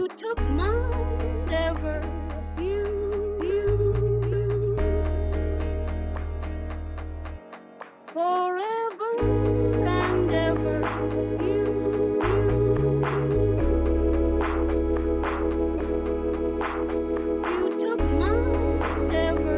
You took my ever forever and ever you took my ever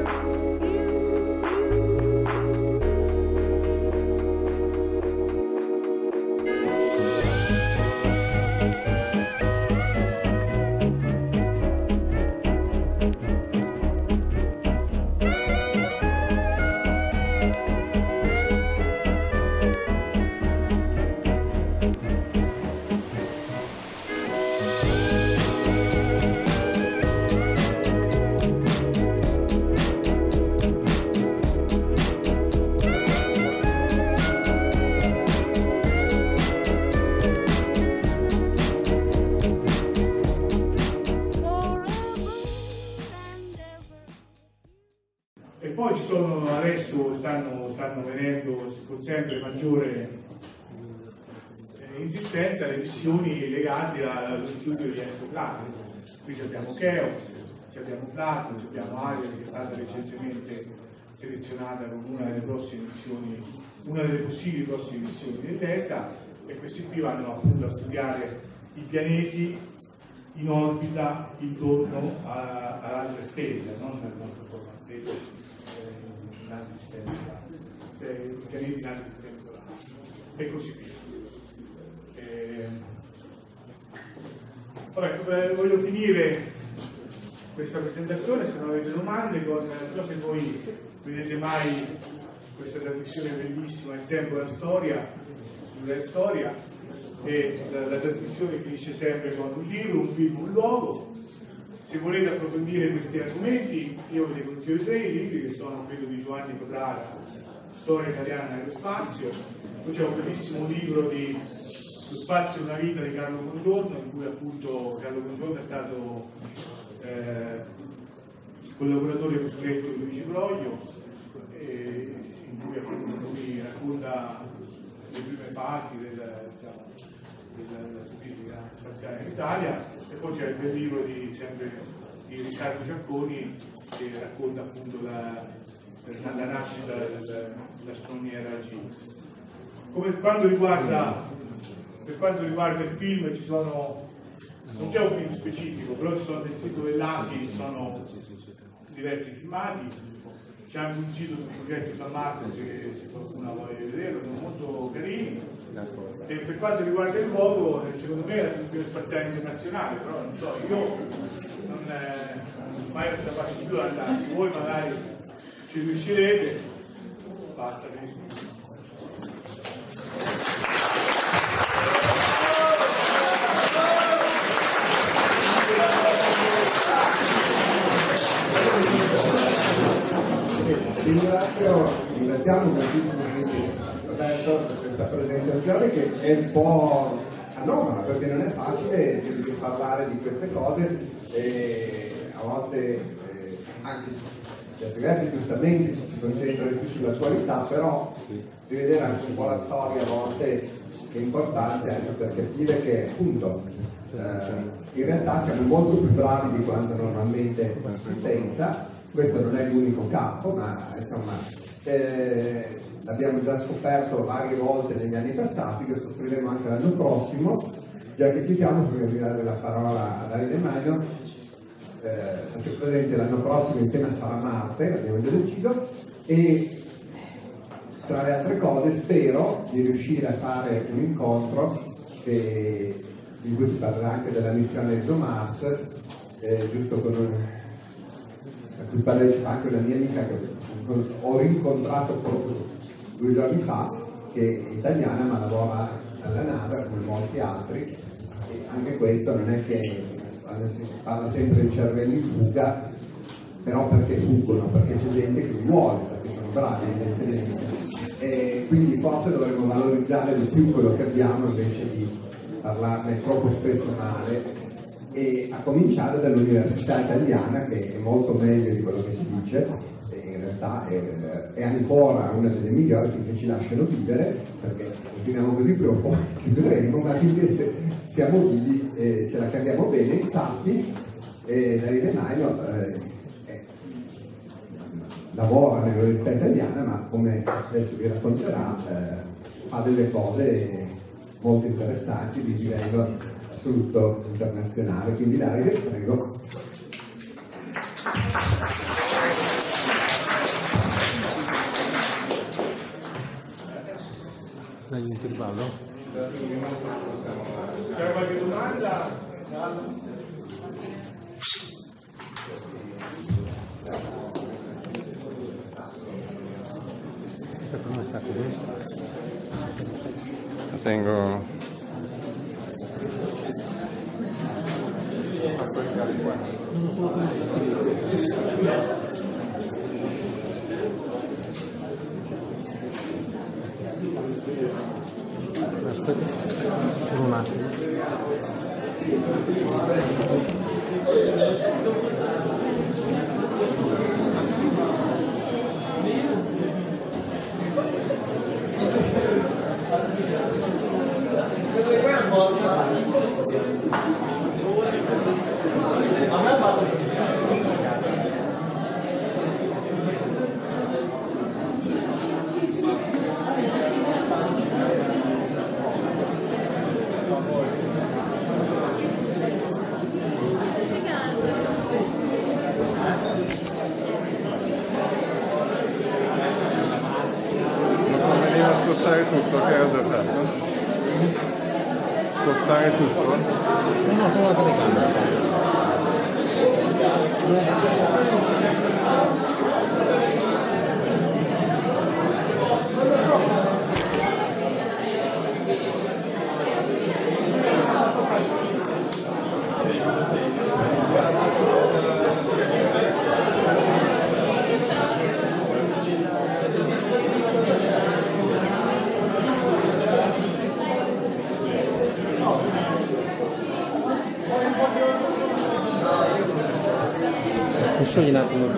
adesso stanno venendo con sempre maggiore insistenza le missioni legate allo studio di Enzo Plato. Qui abbiamo Cheops, abbiamo Plato, abbiamo Ariel che è stata recentemente selezionata come una delle prossime missioni, una delle possibili prossime missioni dell'ESA, e questi qui vanno appunto a studiare i pianeti in orbita intorno ad altre stelle, non nel nostro forma stelle. In altri sistemi solari, pianeti in altri sistemi solari e così via. Voglio finire questa presentazione, se non avete domande, non so se voi vedete mai questa trasmissione bellissima Il tempo e la storia, sulla storia, e la trasmissione finisce sempre con un libro, un film, un luogo. Se volete approfondire questi argomenti, io vi consiglio 3 libri che sono quello di Giovanni Cotrara, Storia italiana nell'Spazio. Poi c'è un bellissimo libro di Lo spazio e una vita di Carlo Congiorno, in cui appunto Carlo Congiorno è stato collaboratore costretto di Luigi Broglio, in cui appunto lui racconta le prime fasi della statistica spaziale in Italia. E poi c'è il bel libro di Riccardo Giacconi che racconta appunto la nascita dell'astronomia raggi X. Per quanto riguarda il film, non c'è un film specifico, però ci sono nel sito dell'ASI, sono diversi filmati. C'è anche un sito sul progetto San Marco che se qualcuno vuole vedere, sono molto carini. E per quanto riguarda il luogo, secondo me è la Stazione Spaziale Internazionale, però non so, io non mai non ce la faccio più ad andare, voi magari ci riuscirete, basta che ringraziamo moltissimo Roberto per questa presentazione, che è un po' anomala perché non è facile parlare di queste cose, e a volte anche certi versi giustamente si concentrano più sull'attualità, però rivedere anche un po' la storia a volte è importante, anche per capire che appunto in realtà siamo molto più bravi di quanto normalmente si pensa. Questo non è l'unico campo, ma insomma l'abbiamo già scoperto varie volte negli anni passati, lo scopriremo anche l'anno prossimo. Già che ci siamo, prima di dare la parola a Davide Magno, faccio presente l'anno prossimo il tema sarà Marte, l'abbiamo già deciso, e tra le altre cose spero di riuscire a fare un incontro in cui si parlerà anche della missione ExoMars, giusto a cui partecipa anche una mia amica che ho rincontrato proprio 2 giorni fa, che è italiana ma lavora alla NASA come molti altri, e anche questo non è che si parla sempre di cervelli in fuga, però perché fuggono, perché c'è gente che vuole, perché sono bravi evidentemente, e quindi forse dovremmo valorizzare di più quello che abbiamo invece di parlarne troppo spesso male, e a cominciare dall'università italiana, che è molto meglio di quello che si dice, e in realtà è ancora una delle migliori finché ci lasciano vivere, perché finiamo così prima o poi chiuderemo, ma finché siamo vivi e ce la capiamo bene. Infatti Davide Maio lavora nell'università italiana, ma come adesso vi racconterà fa delle cose molto interessanti di livello assoluto internazionale. Quindi Davide, prego. Dai l'intervallo. C'è qualche domanda? Per me sta questo. La tengo. Aspetta, solo un attimo. Spostare tutto, che ho già fatto? Spostare tutto? No, solo la telecamera. Sciogli un attimo.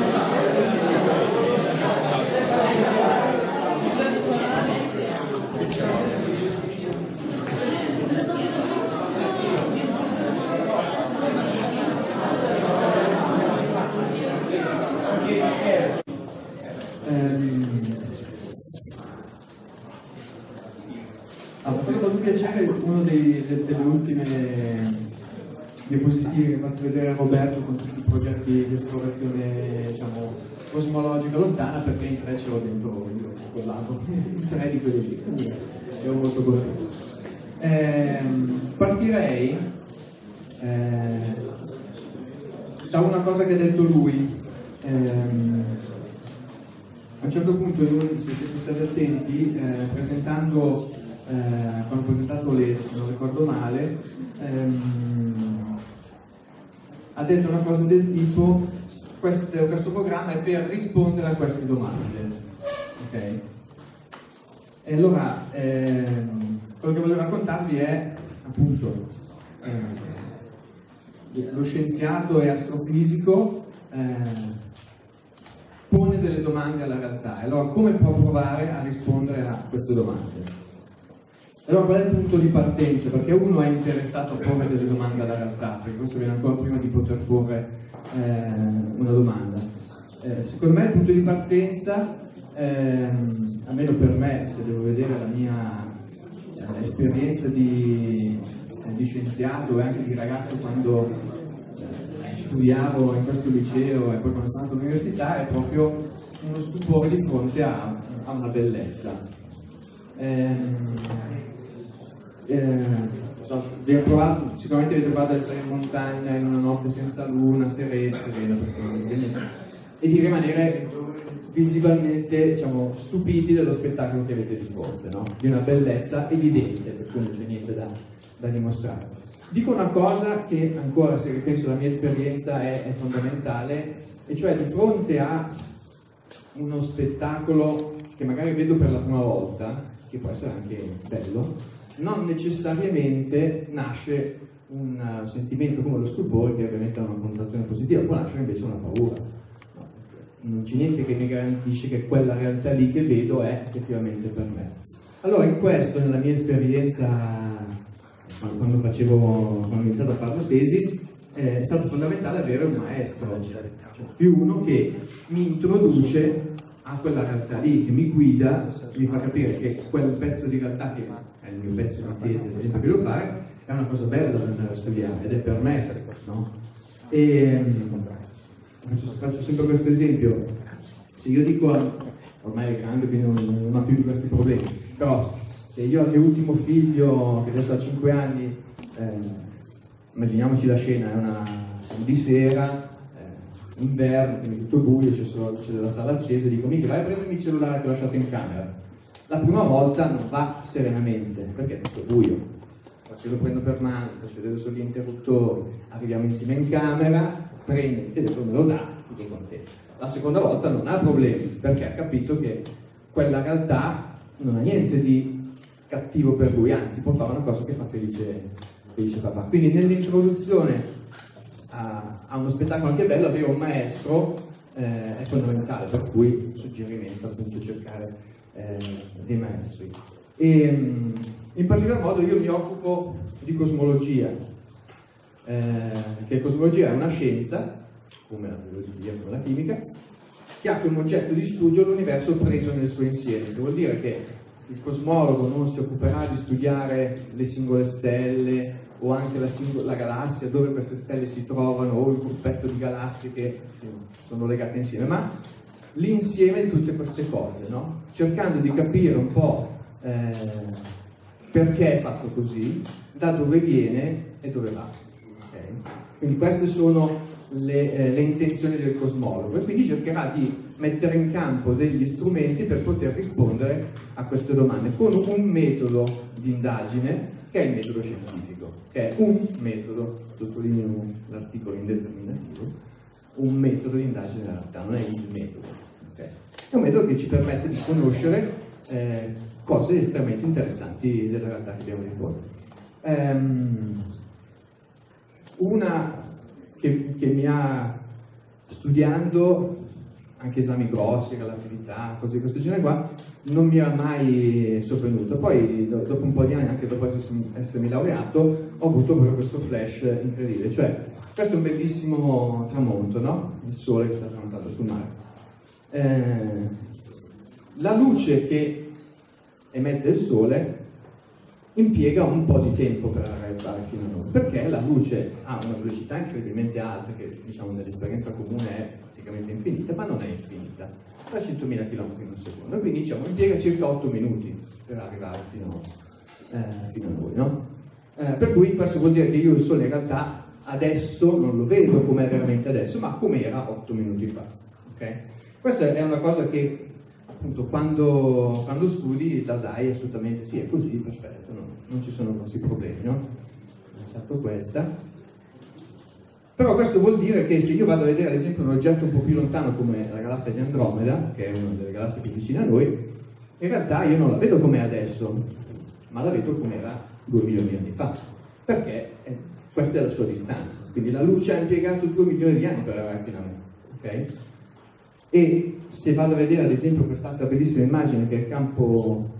Mi ha fatto piacere uno delle ultime diapositive che ha fatto vedere Roberto con tutti i progetti di esplorazione, diciamo, cosmologica lontana, perché in 3 ce l'ho dentro io, scollato, in 3 di quelli lì, quindi ero molto contento. Partirei da una cosa che ha detto lui. A un certo punto, se siete stati attenti, presentando, quando ho presentato l'ESA, se non ricordo male, ha detto una cosa del tipo: questo programma è per rispondere a queste domande. Ok? E allora quello che voglio raccontarvi è appunto lo scienziato e astrofisico pone delle domande alla realtà, e allora come può provare a rispondere a queste domande? Allora qual è il punto di partenza? Perché uno è interessato a porre delle domande alla realtà, perché questo viene ancora prima di poter porre una domanda. Secondo me il punto di partenza, almeno per me, se devo vedere la mia esperienza di scienziato e anche di ragazzo quando studiavo in questo liceo e poi quando sono andato all'università, è proprio uno stupore di fronte a una bellezza. Sicuramente avete provato ad essere in montagna in una notte senza luna, serena, e di rimanere visivamente, diciamo, stupiti dello spettacolo che avete di fronte, no? Di una bellezza evidente, per cui non c'è niente da dimostrare. Dico una cosa che ancora, se ripenso alla mia esperienza, è fondamentale, e cioè di fronte a uno spettacolo che magari vedo per la prima volta, che può essere anche bello, non necessariamente nasce un sentimento come lo stupore, che ovviamente ha una connotazione positiva, può nascere invece una paura. Non c'è niente che mi garantisce che quella realtà lì che vedo è effettivamente per me. Allora, in questo, nella mia esperienza, quando ho iniziato a fare la tesi, è stato fondamentale avere un maestro, cioè più uno che mi introduce a quella realtà lì, che mi guida, mi fa capire che quel pezzo di realtà, che è il mio pezzo di tesi, ad esempio, che devo fare, è una cosa bella da andare a studiare, ed è per me, no? E faccio sempre questo esempio: se io dico, ormai è grande quindi non ho più di questi problemi, però se io al mio ultimo figlio, che adesso ha 5 anni, immaginiamoci la scena, siamo di sera, inverno, quindi tutto buio, c'è solo la luce della sala accesa, e dico: Michi, vai a prendermi il cellulare che ho lasciato in camera. La prima volta non va serenamente, perché è tutto buio. Se lo prendo per mano, faccio vedere solo gli interruttori, arriviamo insieme in camera, prende il telefono, me lo dà, tutto contento. La seconda volta non ha problemi, perché ha capito che quella realtà non ha niente di cattivo per lui, anzi può fare una cosa che fa felice papà. Quindi nell'introduzione a uno spettacolo anche bello, avere un maestro è fondamentale, per cui suggerimento appunto cercare dei maestri. E in particolar modo io mi occupo di cosmologia, che cosmologia è una scienza, come la biologia, come la chimica, che ha come oggetto di studio l'universo preso nel suo insieme, che vuol dire che il cosmologo non si occuperà di studiare le singole stelle o anche la galassia, dove queste stelle si trovano, o il gruppetto di galassie che sono legate insieme, ma l'insieme di tutte queste cose, no? Cercando di capire un po' perché è fatto così, da dove viene e dove va. Okay? Quindi queste sono le intenzioni del cosmologo, e quindi cercherà di mettere in campo degli strumenti per poter rispondere a queste domande con un metodo di indagine, che è il metodo scientifico, che è un metodo, sottolineo l'articolo indeterminativo, un metodo di indagine in realtà, non è il metodo. Okay? È un metodo che ci permette di conoscere cose estremamente interessanti della realtà che abbiamo di fuori. Una che mi ha, studiando anche esami grossi, relatività, cose di questo genere qua, non mi era mai sovvenuto. Poi dopo un po' di anni, anche dopo essermi laureato, ho avuto proprio questo flash incredibile, cioè questo è un bellissimo tramonto, no? Il sole che sta tramontando sul mare. La luce che emette il sole impiega un po' di tempo per arrivare fino a noi, perché la luce ha una velocità incredibilmente alta, che diciamo nell'esperienza comune è praticamente infinita, ma non è infinita, 300.000 km in secondo, e quindi diciamo impiega circa 8 minuti per arrivare fino a noi, no? Per cui questo vuol dire che io il sole in realtà adesso non lo vedo come è veramente adesso, ma come era 8 minuti fa. Okay? Questa è una cosa che appunto quando studi la dai assolutamente sì, è così, perfetto, non ci sono grossi problemi, no? È stato questa. Però questo vuol dire che se io vado a vedere ad esempio un oggetto un po' più lontano come la galassia di Andromeda, che è una delle galassie più vicine a noi, in realtà io non la vedo come è adesso, ma la vedo come era 2 milioni di anni fa, perché questa è la sua distanza. Quindi la luce ha impiegato 2 milioni di anni per arrivare fino a me, ok? E se vado a vedere ad esempio quest'altra bellissima immagine che è il campo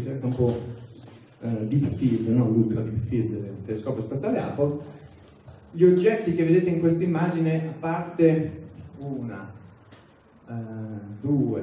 Deep Field, no? L'Ultra Deep Field del telescopio spaziale Hubble, gli oggetti che vedete in questa immagine, a parte 1, 2,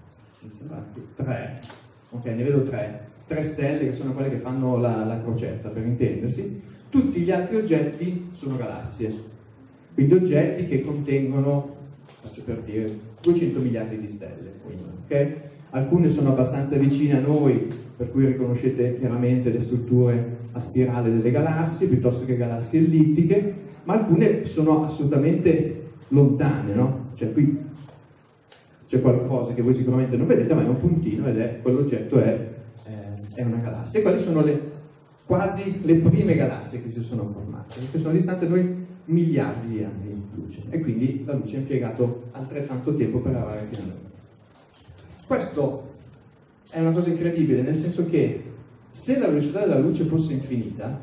3, ok, ne vedo 3 stelle che sono quelle che fanno la crocetta, per intendersi. Tutti gli altri oggetti sono galassie, quindi oggetti che contengono, faccio per dire, 200 miliardi di stelle, okay? Alcune sono abbastanza vicine a noi, per cui riconoscete chiaramente le strutture a spirale delle galassie, piuttosto che galassie ellittiche, ma alcune sono assolutamente lontane, no? Cioè qui c'è qualcosa che voi sicuramente non vedete, ma è un puntino ed quell'oggetto è una galassia. E quali sono quasi le prime galassie che si sono formate, che sono distanti da noi miliardi di anni di luce, e quindi la luce ha impiegato altrettanto tempo per arrivare fino a noi. Questo è una cosa incredibile, nel senso che se la velocità della luce fosse infinita,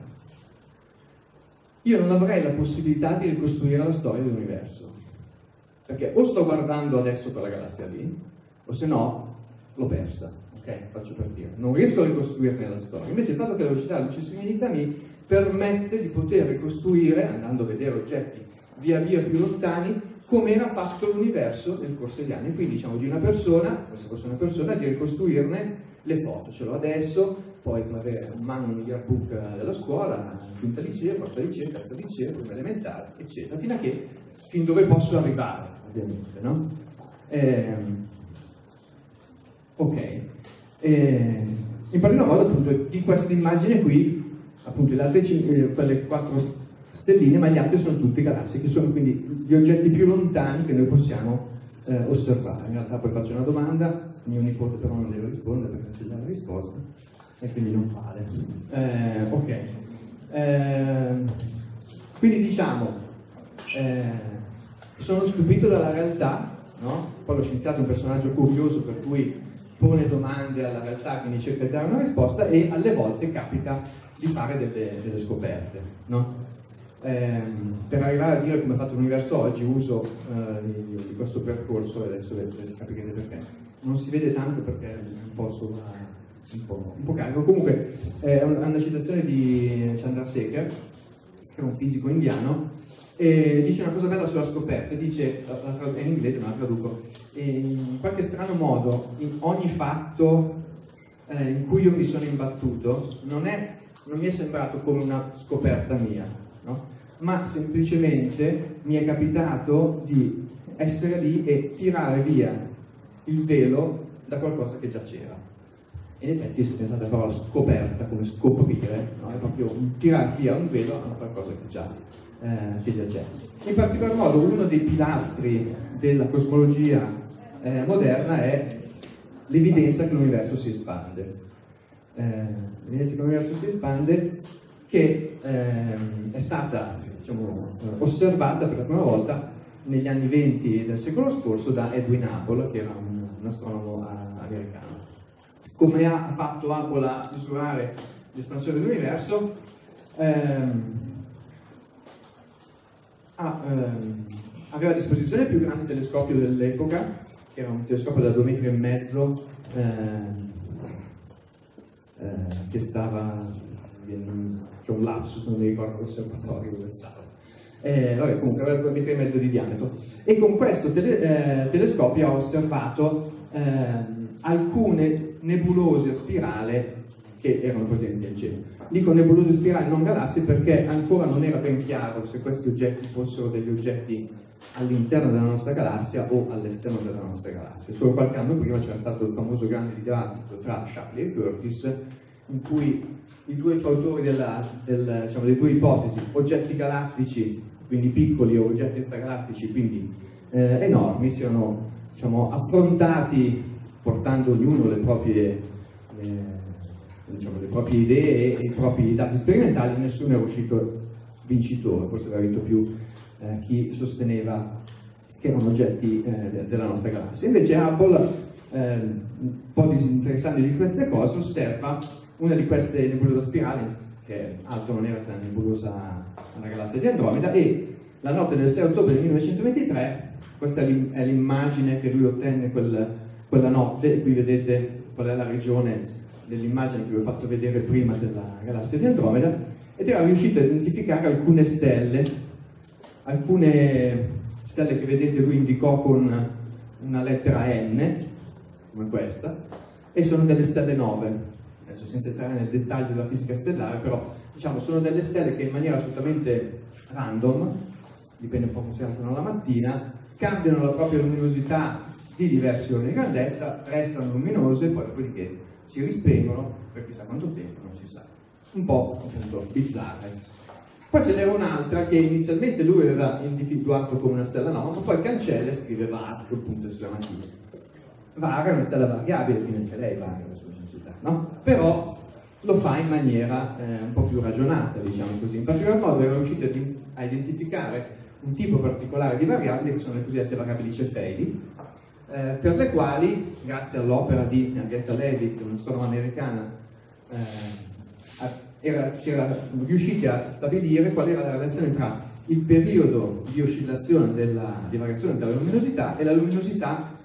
io non avrei la possibilità di ricostruire la storia dell'universo, perché o sto guardando adesso quella galassia lì, o se no l'ho persa. ok? Faccio per dire. Non riesco a ricostruirne la storia. Invece il fatto che la velocità della luce si limita mi permette di poter ricostruire, andando a vedere oggetti via via più lontani, come era fatto l'universo nel corso degli anni. Quindi diciamo di una persona, come se fosse una persona, di ricostruirne le foto. Ce l'ho adesso, poi puoi avere in mano un yearbook della scuola, quinta liceo, quarta liceo, terza liceo, prima elementare, eccetera, fino a che, fin dove posso arrivare, ovviamente, no? Ok. In particolar modo, appunto, di questa immagine qui, appunto, le altre quelle 4 stelline, ma gli altri sono tutti galassie, che sono quindi gli oggetti più lontani che noi possiamo osservare. In realtà poi faccio una domanda, mio nipote però non deve rispondere perché c'è già la risposta e quindi non vale. Quindi diciamo, sono stupito dalla realtà, no? Poi lo scienziato è un personaggio curioso per cui pone domande alla realtà, quindi cerca di dare una risposta e alle volte capita di fare delle scoperte, no? Per arrivare a dire come è fatto l'universo oggi uso di questo percorso e adesso capirete perché. Non si vede tanto perché è un po' carico. Comunque è una citazione di Chandrasekhar, che è un fisico indiano, e dice una cosa bella sulla scoperta, dice, è in inglese ma la traduco, in qualche strano modo in ogni fatto in cui io mi sono imbattuto non mi è sembrato come una scoperta mia, no? Ma semplicemente mi è capitato di essere lì e tirare via il velo da qualcosa che già c'era. E in effetti, se pensate alla parola scoperta, come scoprire, no? È proprio tirare via un velo a qualcosa che già c'è. In particolar modo, uno dei pilastri della cosmologia moderna è l'evidenza che l'universo si espande. L'evidenza che l'universo si espande, che è stata, diciamo, osservata per la prima volta negli anni 20 del secolo scorso da Edwin Hubble, che era un astronomo americano. Come ha fatto Hubble a misurare l'espansione dell'universo? Aveva a disposizione il più grande telescopio dell'epoca, che era un telescopio da 2,5 metri, che stava, c'è un lapsus, non mi ricordo l'osservatorio dove stava. Vabbè, comunque aveva 2,5 metri di diametro, e con questo telescopio ha osservato alcune nebulose a spirale che erano presenti al cielo. Dico nebulose a spirale, non galassie, perché ancora non era ben chiaro se questi oggetti fossero degli oggetti all'interno della nostra galassia o all'esterno della nostra galassia. Solo qualche anno prima c'era stato il famoso grande dibattito tra Shapley e Curtis, in cui i due fautori diciamo, delle due ipotesi, oggetti galattici, quindi piccoli, o oggetti extragalattici, quindi enormi, si erano, diciamo, affrontati portando ognuno le proprie idee e i propri dati sperimentali. Nessuno è uscito vincitore, forse aveva vinto più chi sosteneva che erano oggetti della nostra galassia. Invece Hubble, un po' disinteressando di queste cose, osserva una di queste nebulose a spirale, che altro non era che la nebulosa alla galassia di Andromeda, e la notte del 6 ottobre del 1923, questa è l'immagine che lui ottenne quella notte, e qui vedete qual è la regione dell'immagine che vi ho fatto vedere prima della galassia di Andromeda, ed era riuscito a identificare alcune stelle che vedete lui indicò con una lettera N, come questa, e sono delle stelle nove. Adesso senza entrare nel dettaglio della fisica stellare, però diciamo sono delle stelle che in maniera assolutamente random, dipende un po' come si alzano la mattina, cambiano la propria luminosità di diversi ordini di grandezza, restano luminose, poi dopodiché si rispengono per chissà quanto tempo, non si sa. Un po' appunto bizzarre. Poi ce n'era un'altra che inizialmente lui aveva individuato come una stella nova, ma poi cancella e scrive VAR, punto esclamativo. VAR è una stella variabile, quindi anche lei varia la sua luminosità, no? Però lo fa in maniera un po' più ragionata, diciamo così. In particolar modo era riuscito a identificare un tipo particolare di variabili, che sono le cosiddette variabili cefeidi, per le quali, grazie all'opera di Henrietta Leavitt, un'astronoma americana, si era riusciti a stabilire qual era la relazione tra il periodo di oscillazione di variazione della luminosità e la luminosità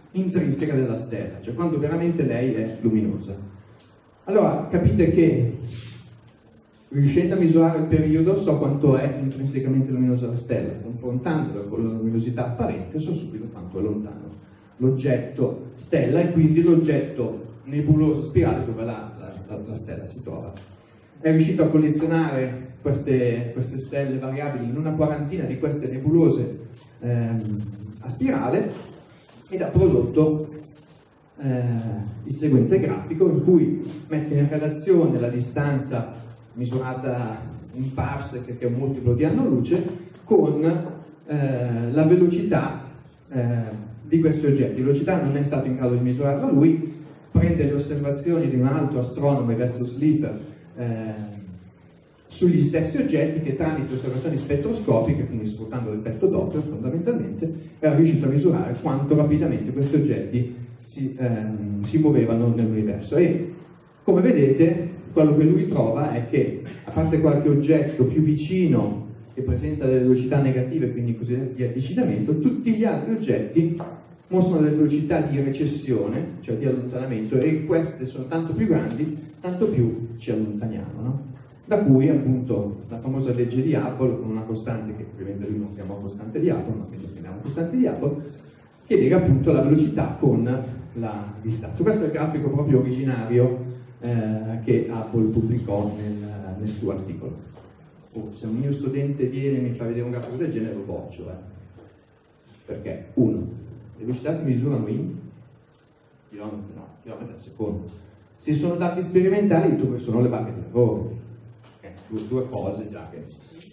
intrinseca della stella, cioè quando veramente lei è luminosa. Allora capite che riuscendo a misurare il periodo so quanto è intrinsecamente luminosa la stella, confrontandola con la luminosità apparente so subito quanto è lontano l'oggetto stella e quindi l'oggetto nebuloso spirale dove la stella si trova. È riuscito a collezionare queste stelle variabili in una quarantina di queste nebulose a spirale ed ha prodotto il seguente grafico in cui mette in relazione la distanza misurata in parsec, che è un multiplo di anno luce, con la velocità di questi oggetti. La velocità non è stato in grado di misurarla lui, prende le osservazioni di un altro astronomo, Augustus Leaper, sugli stessi oggetti che tramite osservazioni spettroscopiche, quindi sfruttando l'effetto Doppler fondamentalmente, era riuscito a misurare quanto rapidamente questi oggetti si muovevano nell'universo. E come vedete quello che lui trova è che, a parte qualche oggetto più vicino che presenta delle velocità negative, quindi cosiddetto di avvicinamento, tutti gli altri oggetti mostrano delle velocità di recessione, cioè di allontanamento, e queste sono tanto più grandi, tanto più ci allontaniamo, no? Da cui appunto la famosa legge di Hubble, con una costante che ovviamente lui non chiama costante di Hubble, ma che noi chiamiamo costante di Hubble, che lega appunto la velocità con la distanza. Questo è il grafico proprio originario che Hubble pubblicò nel suo articolo. Se un mio studente viene e mi fa vedere un grafico del genere lo boccio, perché uno, le velocità si misurano in chilometri al secondo. Se sono dati sperimentali, dove sono le barre di errore? Due cose già che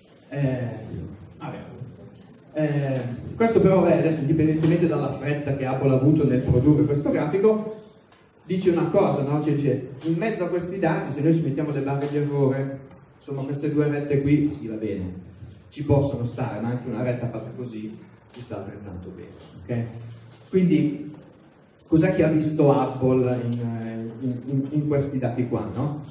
questo però adesso, indipendentemente dalla fretta che Hubble ha avuto nel produrre questo grafico, dice una cosa, no? Cioè, in mezzo a questi dati, se noi ci mettiamo le barre di errore, insomma queste due rette qui, sì, va bene, ci possono stare, ma anche una retta fatta così ci sta altrettanto bene, ok? Quindi cos'è che ha visto Hubble in questi dati qua, no?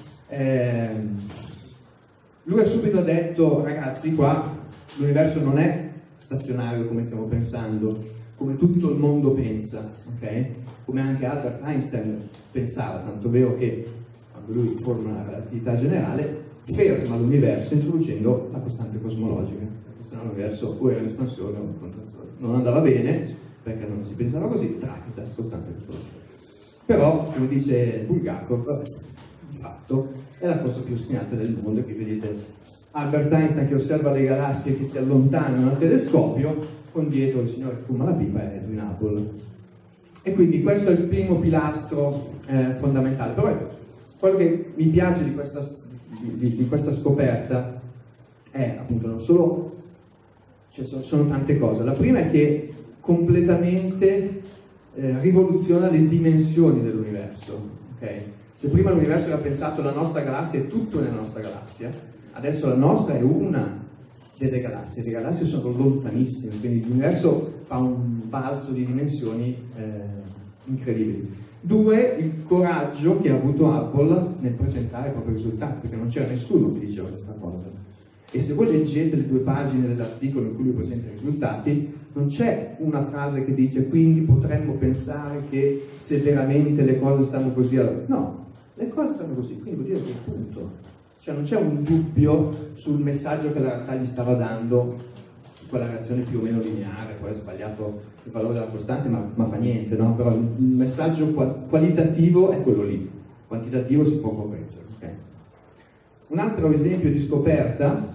Lui ha subito detto, ragazzi, qua l'universo non è stazionario come stiamo pensando, come tutto il mondo pensa, ok? Come anche Albert Einstein pensava, tanto vero che quando lui forma la relatività generale ferma l'universo introducendo la costante cosmologica, perché sennò l'universo o era in espansione o in contrazione. Non andava bene perché non si pensava così, tracita, costante cosmologica. Però, come dice Bulgakov, di fatto è la cosa più ostinata del mondo, che vedete Albert Einstein che osserva le galassie che si allontanano al telescopio, con dietro il signore che fuma la pipa è Edwin Hubble. E quindi questo è il primo pilastro fondamentale. Però quello che mi piace di questa scoperta è appunto non solo, cioè sono tante cose. La prima è che completamente rivoluziona le dimensioni dell'universo, ok? Se prima l'universo era pensato, la nostra galassia è tutto nella nostra galassia, adesso la nostra è una delle galassie. Le galassie sono lontanissime, quindi l'universo fa un balzo di dimensioni incredibili. Due, il coraggio che ha avuto Hubble nel presentare i propri risultati, perché non c'era nessuno che diceva questa cosa. E se voi leggete le 2 pagine dell'articolo in cui lui presenta i risultati, non c'è una frase che dice quindi potremmo pensare che se veramente le cose stanno così, no, le cose stanno così, quindi vuol dire che punto. Cioè non c'è un dubbio sul messaggio che la realtà gli stava dando su quella reazione più o meno lineare, poi ha sbagliato il valore della costante, ma fa niente, no? Però il messaggio qualitativo è quello lì, quantitativo si può correggere, ok? Un altro esempio di scoperta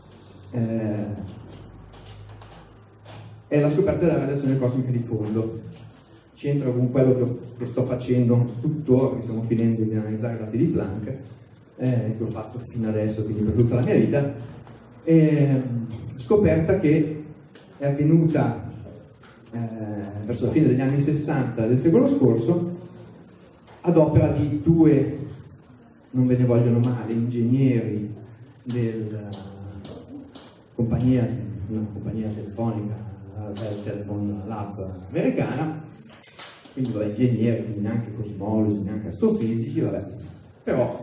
è la scoperta della radiazione cosmica di fondo. C'entra con quello che sto facendo tuttora, che stiamo finendo di analizzare i dati di Planck, che ho fatto fino adesso, quindi per tutta la mia vita. Scoperta che è avvenuta verso la fine degli anni 60 del secolo scorso ad opera di 2, non ve ne vogliono male, ingegneri della compagnia telefonica, del Telephone Lab americana, quindi ingegneri, quindi neanche cosmologi, neanche astrofisici, vabbè. Però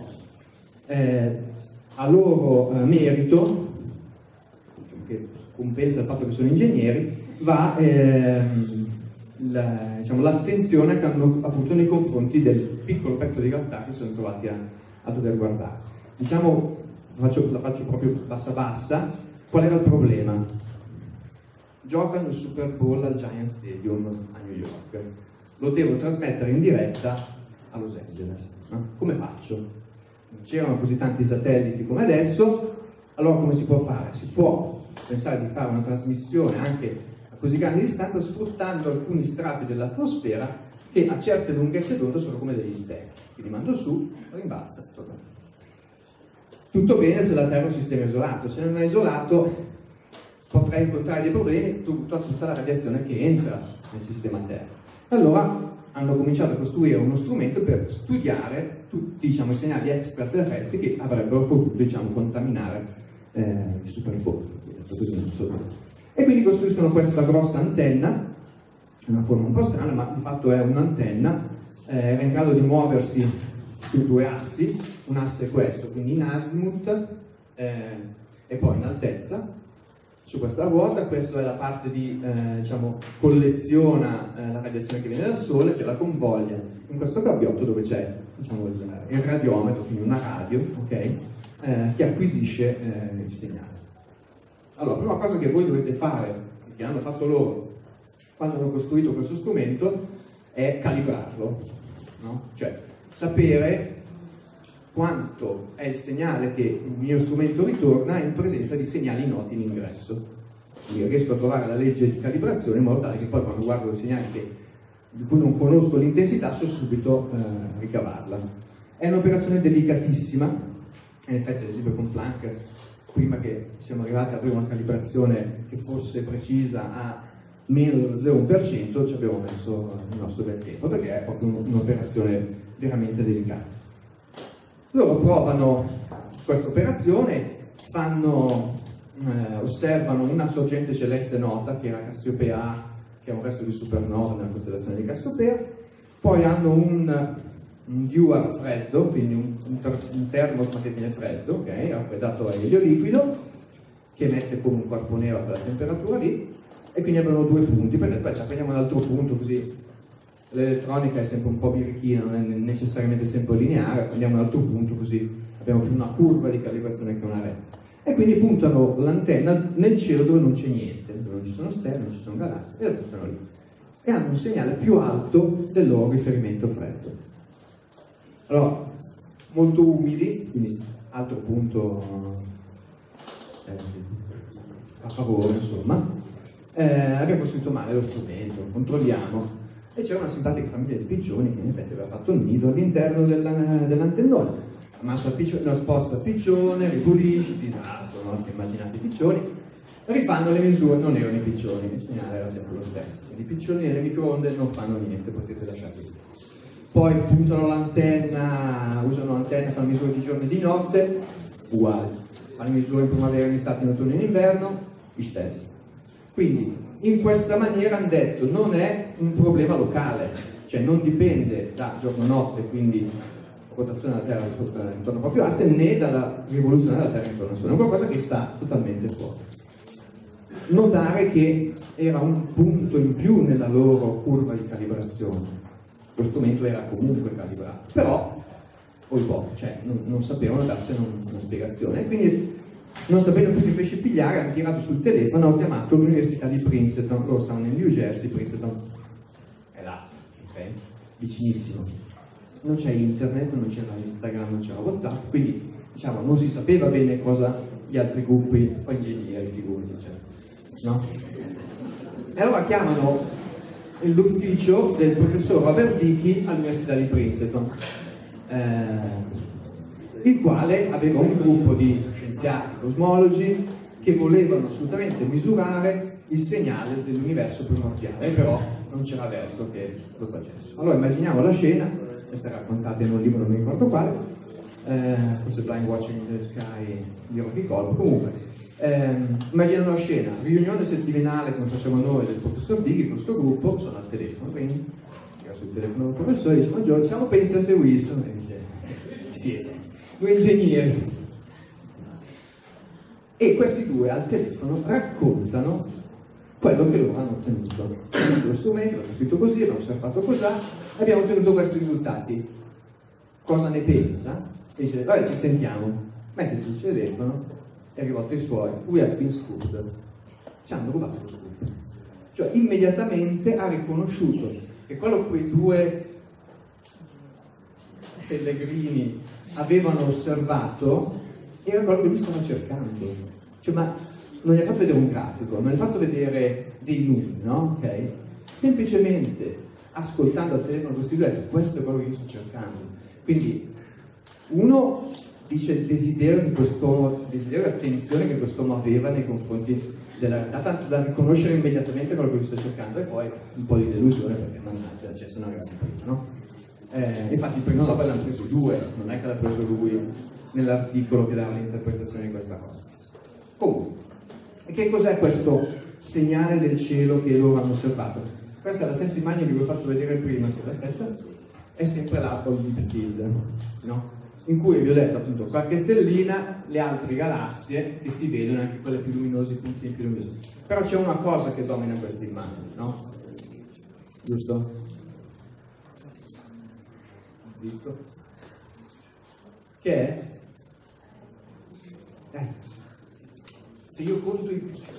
a loro merito, che compensa il fatto che sono ingegneri, va diciamo, l'attenzione che hanno avuto nei confronti del piccolo pezzo di realtà che sono trovati a dover guardare. Diciamo, la faccio proprio bassa bassa. Qual era il problema? Giocano il Super Bowl al Giant Stadium a New York, lo devo trasmettere in diretta a Los Angeles, no? Come faccio? Non c'erano così tanti satelliti come adesso, allora come si può fare? Si può pensare di fare una trasmissione anche a così grande distanza sfruttando alcuni strati dell'atmosfera che a certe lunghezze d'onda sono come degli specchi, che li mando su, rimbalza, torna. Tutto bene se la Terra è un sistema isolato, se non è isolato potrà incontrare dei problemi dovuto a tutta la radiazione che entra nel sistema Terra. Allora hanno cominciato a costruire uno strumento per studiare tutti, diciamo, i segnali extraterrestri che avrebbero potuto, diciamo, contaminare il Super Bowl. E quindi costruiscono questa grossa antenna, una forma un po' strana, ma di fatto è un'antenna, era in grado di muoversi su due assi, un asse è questo, quindi in azimuth e poi in altezza. Su questa ruota, questa è la parte di, diciamo, colleziona la radiazione che viene dal Sole, c'è la convoglia in questo gabbiotto dove c'è, diciamo, il radiometro, quindi una radio, okay, che acquisisce il segnale. Allora, la prima cosa che voi dovete fare, che hanno fatto loro quando hanno costruito questo strumento, è calibrarlo, no? Cioè sapere quanto è il segnale che il mio strumento ritorna in presenza di segnali noti in ingresso. Quindi riesco a trovare la legge di calibrazione in modo tale che poi quando guardo i segnali di cui non conosco l'intensità so subito ricavarla. È un'operazione delicatissima, in effetti ad esempio con Planck, prima che siamo arrivati ad avere una calibrazione che fosse precisa a meno dello 0,1%, ci abbiamo messo il nostro bel tempo, perché è proprio un'operazione veramente delicata. Loro provano questa operazione, osservano una sorgente celeste nota, che era Cassiopea A, che è un resto di supernova nella costellazione di Cassiopea, poi hanno un dewar freddo, quindi un termos ma che tiene freddo, okay, raffreddato a elio liquido, che emette come un corpo nero a quella temperatura lì, e quindi abbiamo due punti, poi prendiamo un altro punto, così l'elettronica è sempre un po' birichina, non è necessariamente sempre lineare, prendiamo un altro punto, così abbiamo più una curva di calibrazione che una retta. E quindi puntano l'antenna nel cielo dove non c'è niente, dove non ci sono stelle, non ci sono galassie, e la puntano lì. E hanno un segnale più alto del loro riferimento freddo. Allora, molto umili, quindi altro punto a favore, insomma. Abbiamo costruito male lo strumento, controlliamo. E c'era una simpatica famiglia di piccioni che in effetti aveva fatto il nido all'interno dell'antennone. Ammazza il piccione, lo sposta il piccione, ripulisce, disastro, no? Immaginate i piccioni, rifanno le misure, non erano i piccioni, il segnale era sempre lo stesso. Quindi i piccioni nelle microonde non fanno niente, potete lasciarli lì. Poi puntano l'antenna, usano l'antenna, fanno misure di giorno e di notte, uguali. Fanno misure in primavera, in estate, in autunno e in inverno, gli stessi. Quindi in questa maniera hanno detto non è un problema locale, cioè non dipende da giorno-notte, quindi rotazione della Terra intorno al proprio asse, né dalla rivoluzione della Terra intorno al Sole, è qualcosa che sta totalmente fuori. Notare che era un punto in più nella loro curva di calibrazione, lo strumento era comunque calibrato, però cioè, non sapevano darsene una spiegazione, e quindi non sapendo più che pesce pigliare, hanno tirato sul telefono, hanno chiamato l'università di Princeton, loro stanno nel New Jersey, Princeton è là, ok? Vicinissimo. Non c'è internet, non c'era Instagram, non c'era WhatsApp, quindi diciamo non si sapeva bene cosa gli altri gruppi, poi ingegneri, figurati, eccetera, no? E allora chiamano l'ufficio del professor Robert Dickey all'università di Princeton, il quale aveva un gruppo di scienziati cosmologi che volevano assolutamente misurare il segnale dell'universo primordiale, però non c'era verso che lo facesse. Allora immaginiamo la scena, questa è raccontata in un libro, non mi ricordo quale, forse Blind Watching the Sky di Rocky Colp, comunque immaginano la scena, riunione settimanale come facciamo noi del professor Dickey con il suo gruppo, sono al telefono, quindi tira sul telefono del professore e dice: ma Giorgio, siamo Pensa e Wilson, e dice: siete due ingegneri. E questi due al telefono raccontano quello che loro hanno ottenuto. Lo strumento, l'hanno scritto così, l'hanno osservato così, abbiamo ottenuto questi risultati. Cosa ne pensa? E dice, vabbè, ci sentiamo. Mette giù il telefono e rivolta i suoi, we have been scooped. Ci hanno rubato lo scoop. Cioè, immediatamente ha riconosciuto che quello che quei due pellegrini avevano osservato era quello che lui stava cercando. Cioè, ma non gli ha fatto vedere un grafico, non gli ha fatto vedere dei numeri, no? Ok? Semplicemente ascoltando al telefono questi due ha detto, questo è quello che io sto cercando. Quindi uno dice il desiderio di desiderio e attenzione che quest'uomo aveva nei confronti della realtà, tanto da riconoscere immediatamente quello che lui sta cercando, e poi un po' di delusione perché mannaggia, cioè sono arrivati prima, no? Infatti il primo dopo l'hanno preso due, non è che l'ha preso lui nell'articolo che dava l'interpretazione di questa cosa. Comunque, e che cos'è questo segnale del cielo che loro hanno osservato? Questa è la stessa immagine che vi ho fatto vedere prima, se è la stessa, è sempre l'Apple di Field, no? In cui vi ho detto appunto qualche stellina, le altre galassie che si vedono, anche quelle più luminose, i punti più luminosi. Però c'è una cosa che domina questa immagine, no? Giusto? Zitto. Che è? Se io conto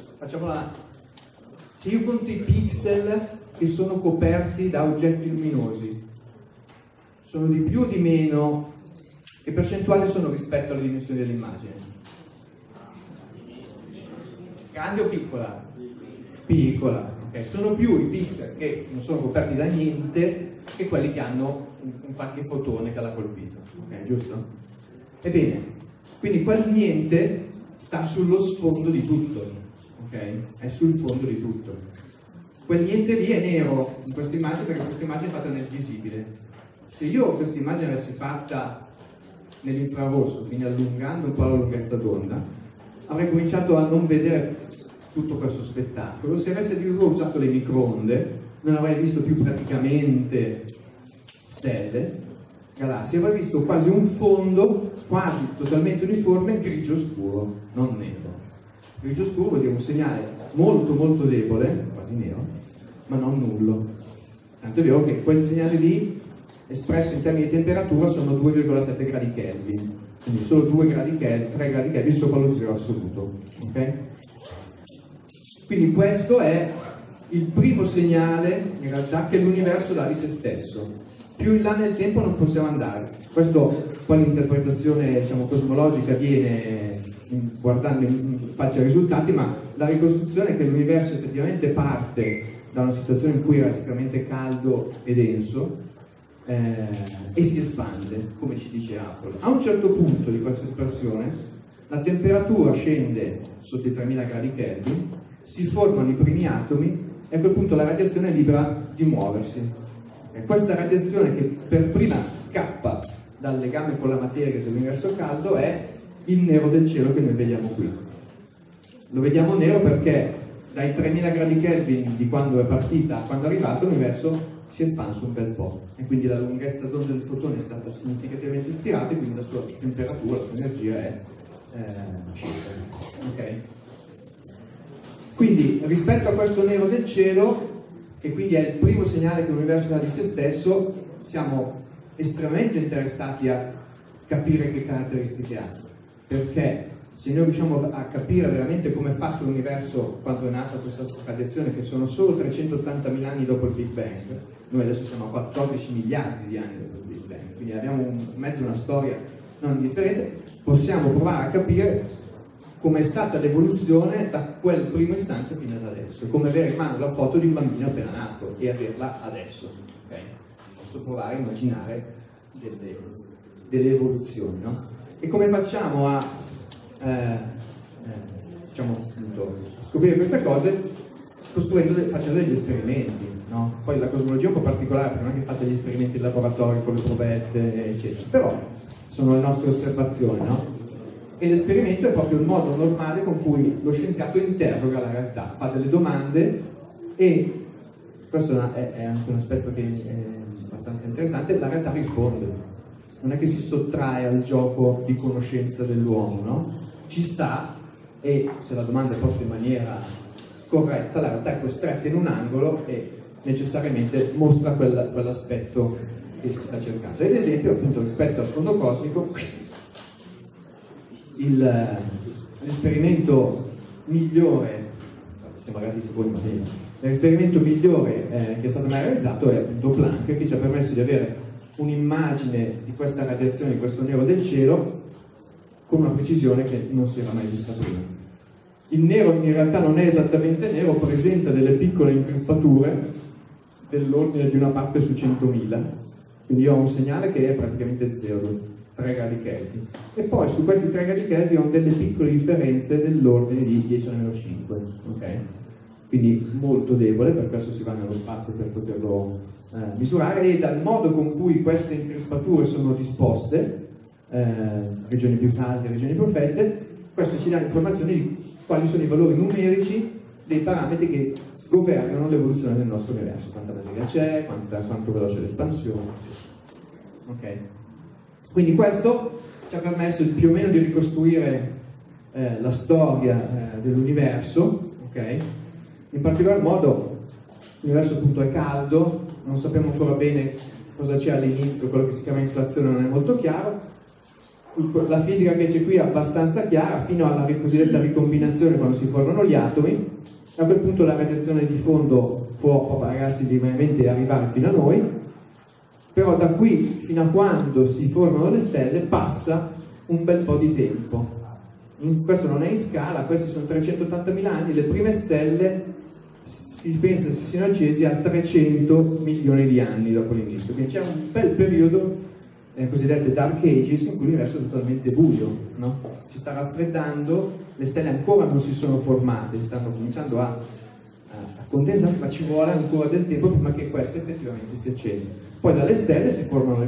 se io conto i pixel che sono coperti da oggetti luminosi, sono di più o di meno? Che percentuale sono rispetto alle dimensioni dell'immagine? Grande o piccola? Piccola, ok. Sono più i pixel che non sono coperti da niente che quelli che hanno un qualche fotone che l'ha colpito, ok, giusto? Ebbene, quindi quel niente sta sullo sfondo di tutto, ok? È sul fondo di tutto. Quel niente lì è nero in questa immagine perché questa immagine è fatta nel visibile. Se io questa immagine l'avessi fatta nell'infrarosso, quindi allungando un po' la lunghezza d'onda, avrei cominciato a non vedere tutto questo spettacolo. Se avessi addirittura usato le microonde, non avrei visto più praticamente stelle, galassie, avrei visto quasi un fondo quasi totalmente uniforme, grigio scuro, non nero. Grigio scuro vuol dire un segnale molto molto debole, quasi nero, ma non nullo. Tanto è vero che quel segnale lì, espresso in termini di temperatura, sono 2,7 gradi Kelvin, quindi solo 2 gradi Kelvin, 3 gradi Kelvin sopra lo zero assoluto, ok? Quindi questo è il primo segnale in realtà che l'universo dà di se stesso. Più in là nel tempo non possiamo andare. Questo poi l'interpretazione, diciamo, cosmologica viene guardando in faccia ai risultati, ma la ricostruzione è che l'universo effettivamente parte da una situazione in cui era estremamente caldo e denso, e si espande, come ci dice Apple. A un certo punto di questa espansione la temperatura scende sotto i 3000 gradi Kelvin, si formano i primi atomi e a quel punto la radiazione è libera di muoversi. E questa radiazione che per prima scappa dal legame con la materia dell'universo caldo è il nero del cielo che noi vediamo qui. Lo vediamo nero perché dai 3000 gradi Kelvin di quando è partita a quando è arrivato l'universo si è espanso un bel po' e quindi la lunghezza d'onda del fotone è stata significativamente stirata e quindi la sua temperatura, la sua energia è scesa. Okay? Quindi rispetto a questo nero del cielo, che quindi è il primo segnale che l'universo dà di se stesso, siamo estremamente interessati a capire che caratteristiche ha, perché se noi riusciamo a capire veramente come è fatto l'universo quando è nata questa radiazione, che sono solo 380.000 anni dopo il Big Bang, noi adesso siamo a 14 miliardi di anni dopo il Big Bang, quindi abbiamo in mezzo una storia non indifferente, possiamo provare a capire come è stata l'evoluzione da quel primo istante fino ad adesso, come avere in mano la foto di un bambino appena nato e averla adesso. Okay? Posso provare a immaginare delle evoluzioni, no? E come facciamo a diciamo, appunto, a scoprire queste cose? Facendo degli esperimenti, no? Poi la cosmologia è un po' particolare perché non è che fate gli esperimenti in laboratorio con le provette, eccetera, però sono le nostre osservazioni, no? E l'esperimento è proprio il modo normale con cui lo scienziato interroga la realtà, fa delle domande e questo è anche un aspetto che è abbastanza interessante, la realtà risponde, non è che si sottrae al gioco di conoscenza dell'uomo, no? Ci sta e se la domanda è posta in maniera corretta, la realtà è costretta in un angolo e necessariamente mostra quell'aspetto che si sta cercando. Ad esempio, appunto, rispetto al fondo cosmico, l'esperimento migliore, siamo arrivati ai secondi, ma l'esperimento migliore che è stato mai realizzato è Doppler, che ci ha permesso di avere un'immagine di questa radiazione, di questo nero del cielo, con una precisione che non si era mai vista prima. Il nero in realtà non è esattamente nero, presenta delle piccole increspature dell'ordine di una parte su 100.000, quindi io ho un segnale che è praticamente 0, 3 gradi Kelvin, e poi su questi 3 gradi Kelvin ho delle piccole differenze dell'ordine di 10 alla meno 5, ok? Quindi molto debole, per questo si va nello spazio per poterlo misurare, e dal modo con cui queste increspature sono disposte, regioni più calde, regioni più fredde, questo ci dà informazioni di quali sono i valori numerici dei parametri che governano l'evoluzione del nostro universo, quanta materia c'è, quanto veloce è l'espansione, eccetera. Ok? Quindi questo ci ha permesso più o meno di ricostruire la storia dell'universo, ok? In particolar modo l'universo appunto è caldo, non sappiamo ancora bene cosa c'è all'inizio, quello che si chiama inflazione non è molto chiaro. La fisica che c'è qui è abbastanza chiara fino alla cosiddetta ricombinazione, quando si formano gli atomi. A quel punto la radiazione di fondo può propagarsi linearmente e arrivare fino a noi, però da qui fino a quando si formano le stelle passa un bel po' di tempo. Questo non è in scala, questi sono 380.000 anni, le prime stelle si pensa si siano accesi a 300 milioni di anni dopo l'inizio, quindi c'è un bel periodo, cosiddette Dark Ages, in cui l'universo è totalmente buio, no? Si sta raffreddando, le stelle ancora non si sono formate, si stanno cominciando a condensarsi, ma ci vuole ancora del tempo prima che queste effettivamente si accendano. Poi dalle stelle si formano le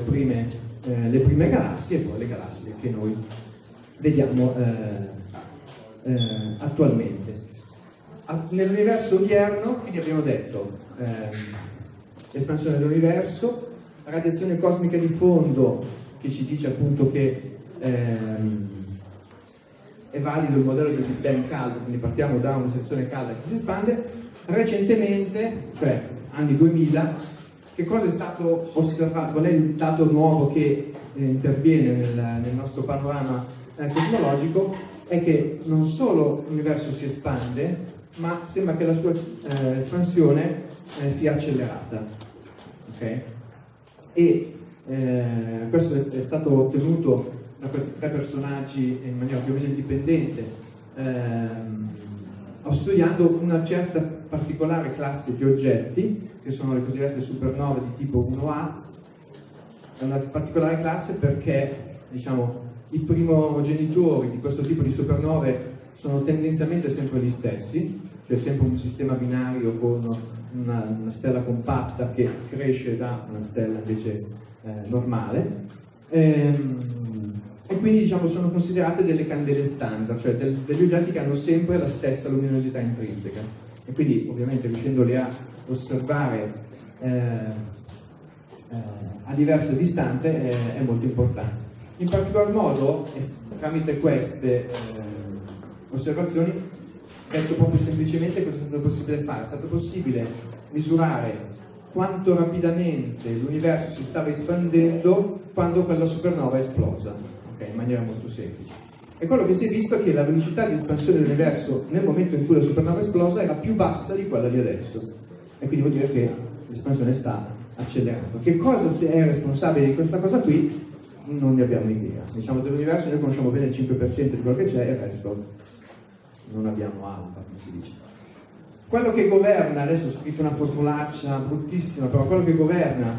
prime galassie, e poi le galassie che noi vediamo attualmente. Nell'universo odierno, quindi abbiamo detto espansione dell'universo, radiazione cosmica di fondo, che ci dice appunto che è valido il modello del Big Bang caldo, quindi partiamo da una sezione calda che si espande. Recentemente, cioè anni 2000, che cosa è stato osservato? Qual è il dato nuovo che interviene nel nostro panorama cosmologico? È che non solo l'universo si espande, ma sembra che la sua espansione sia accelerata. Okay? E questo è stato ottenuto da questi 3 personaggi in maniera più o meno indipendente, studiando una certa particolare classe di oggetti, che sono le cosiddette supernove di tipo 1A. È una particolare classe perché, diciamo, i primogenitori di questo tipo di supernove sono tendenzialmente sempre gli stessi, cioè sempre un sistema binario con una stella compatta che cresce da una stella invece normale, e quindi, diciamo, sono considerate delle candele standard, cioè degli oggetti che hanno sempre la stessa luminosità intrinseca, e quindi ovviamente riuscendoli a osservare a diverse distanze è molto importante. In particolar modo, tramite queste osservazioni, detto proprio semplicemente, cosa è stato possibile fare? È stato possibile misurare quanto rapidamente l'universo si stava espandendo quando quella supernova è esplosa, okay? In maniera molto semplice. E quello che si è visto è che la velocità di espansione dell'universo nel momento in cui la supernova è esplosa era più bassa di quella di adesso, e quindi vuol dire che l'espansione sta accelerando. Che cosa è responsabile di questa cosa qui? Non ne abbiamo idea. Diciamo, dell'universo noi conosciamo bene il 5% di quello che c'è, e il resto non abbiamo alfa, come si dice. Quello che governa, adesso ho scritto una formulaccia bruttissima, però quello che governa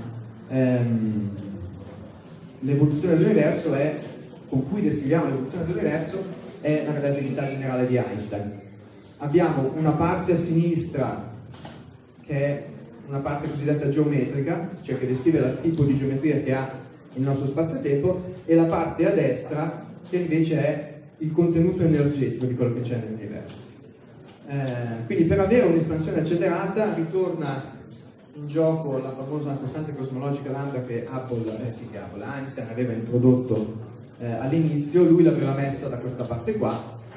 l'evoluzione dell'universo con cui descriviamo l'evoluzione dell'universo, è la relatività generale di Einstein. Abbiamo una parte a sinistra che è una parte cosiddetta geometrica, cioè che descrive il tipo di geometria che ha il nostro spazio-tempo, e la parte a destra che invece è il contenuto energetico di quello che c'è nell'universo. Quindi per avere un'espansione accelerata ritorna in gioco la famosa costante cosmologica lambda che Einstein aveva introdotto all'inizio. Lui l'aveva messa da questa parte qua,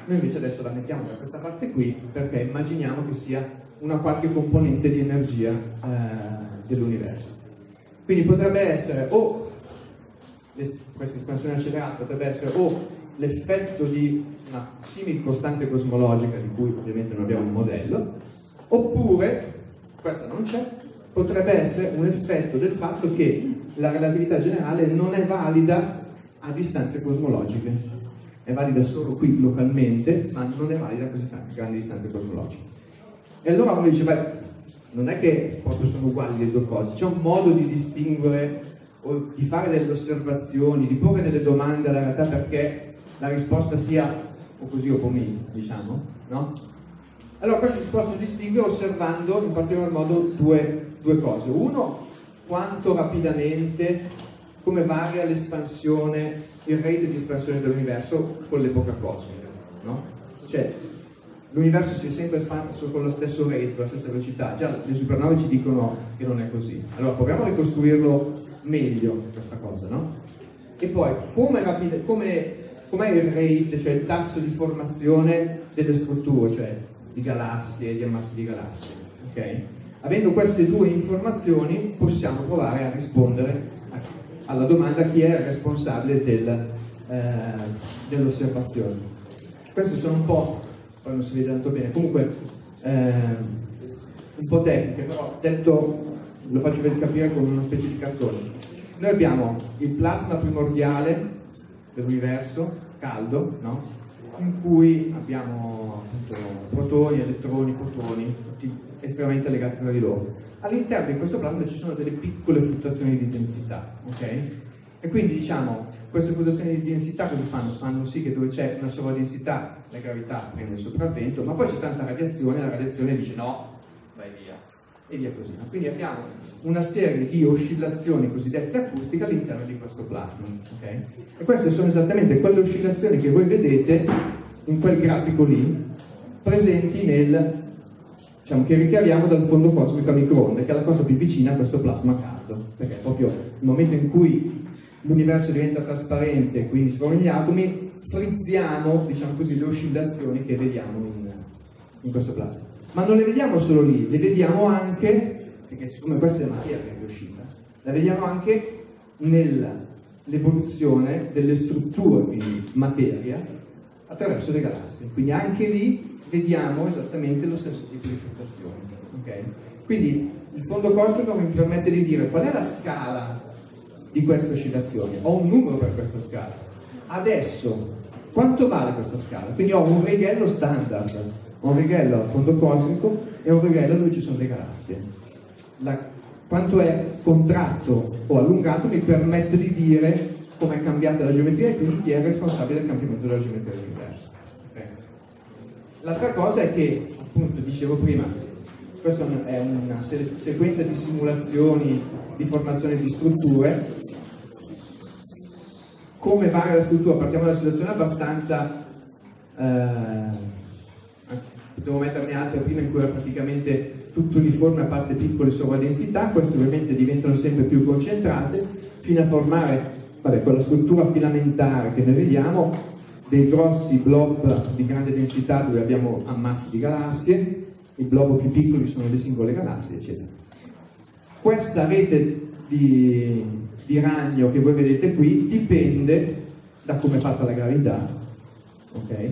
Noi invece adesso la mettiamo da questa parte qui perché immaginiamo che sia una qualche componente di energia dell'universo. Quindi potrebbe essere o questa espansione accelerata potrebbe essere o l'effetto di una simile costante cosmologica di cui ovviamente non abbiamo un modello, oppure, questa non c'è, potrebbe essere un effetto del fatto che la relatività generale non è valida a distanze cosmologiche, è valida solo qui localmente, ma non è valida a così tante grandi distanze cosmologiche. E allora uno dice, beh, non è che proprio sono uguali le due cose, c'è un modo di distinguere o di fare delle osservazioni, di porre delle domande alla realtà perché la risposta sia o così o come, diciamo, no? Allora questo si possono distinguere osservando in particolar modo due cose. Uno, quanto rapidamente, come varia l'espansione, il rate di espansione dell'universo con l'epoca cosmica, no? Cioè, l'universo si è sempre espanso con lo stesso rate, con la stessa velocità. Già le supernove ci dicono che non è così. Allora proviamo a ricostruirlo meglio questa cosa, no? E poi, com'è il rate, cioè il tasso di formazione delle strutture, cioè di galassie, di ammassi di galassie, ok? Avendo queste due informazioni possiamo provare a rispondere alla domanda chi è il responsabile dell'osservazione. Queste sono un po', poi non si vede tanto bene, comunque un po' tecniche, però detto, lo faccio vedere capire con una specie di cartone. Noi abbiamo il plasma primordiale dell'universo, caldo, no? In cui abbiamo appunto protoni, elettroni, fotoni, tutti estremamente legati tra di loro. All'interno di questo plasma ci sono delle piccole fluttuazioni di densità, ok? E quindi diciamo, queste fluttuazioni di densità cosa fanno? Fanno sì che dove c'è una sovraddensità la gravità prende il sopravvento, ma poi c'è tanta radiazione, la radiazione dice no, vai via, e via così. Quindi abbiamo una serie di oscillazioni cosiddette acustiche all'interno di questo plasma, ok? E queste sono esattamente quelle oscillazioni che voi vedete in quel grafico lì, presenti nel, diciamo, che ricaviamo dal fondo cosmico a microonde, che è la cosa più vicina a questo plasma caldo, perché proprio il momento in cui l'universo diventa trasparente, quindi si formano gli atomi, frizziamo, diciamo così, le oscillazioni che vediamo in questo plasma. Ma non le vediamo solo lì, le vediamo anche, perché siccome questa è materia che è uscita, la vediamo anche nell'evoluzione delle strutture, quindi materia, attraverso le galassie. Quindi anche lì vediamo esattamente lo stesso tipo di fluttuazione. Okay? Quindi il fondo cosmico mi permette di dire qual è la scala di queste oscillazioni. Ho un numero per questa scala. Adesso, quanto vale questa scala? Quindi ho un righello standard, ho un righello al fondo cosmico e un righello dove ci sono le galassie. Quanto è contratto o allungato mi permette di dire come è cambiata la geometria e quindi chi è responsabile del cambiamento della geometria dell'universo. Okay. L'altra cosa è che, appunto, dicevo prima, questa è una sequenza di simulazioni di formazione di strutture. Come varia la struttura? Partiamo da una situazione abbastanza devo metterne altre prima in cui era praticamente tutto uniforme a parte piccole sovradensità. Queste ovviamente diventano sempre più concentrate fino a formare, quella struttura filamentare che noi vediamo, dei grossi blob di grande densità dove abbiamo ammassi di galassie, i blob più piccoli sono le singole galassie, eccetera. Questa rete di ragno che voi vedete qui dipende da come è fatta la gravità, ok?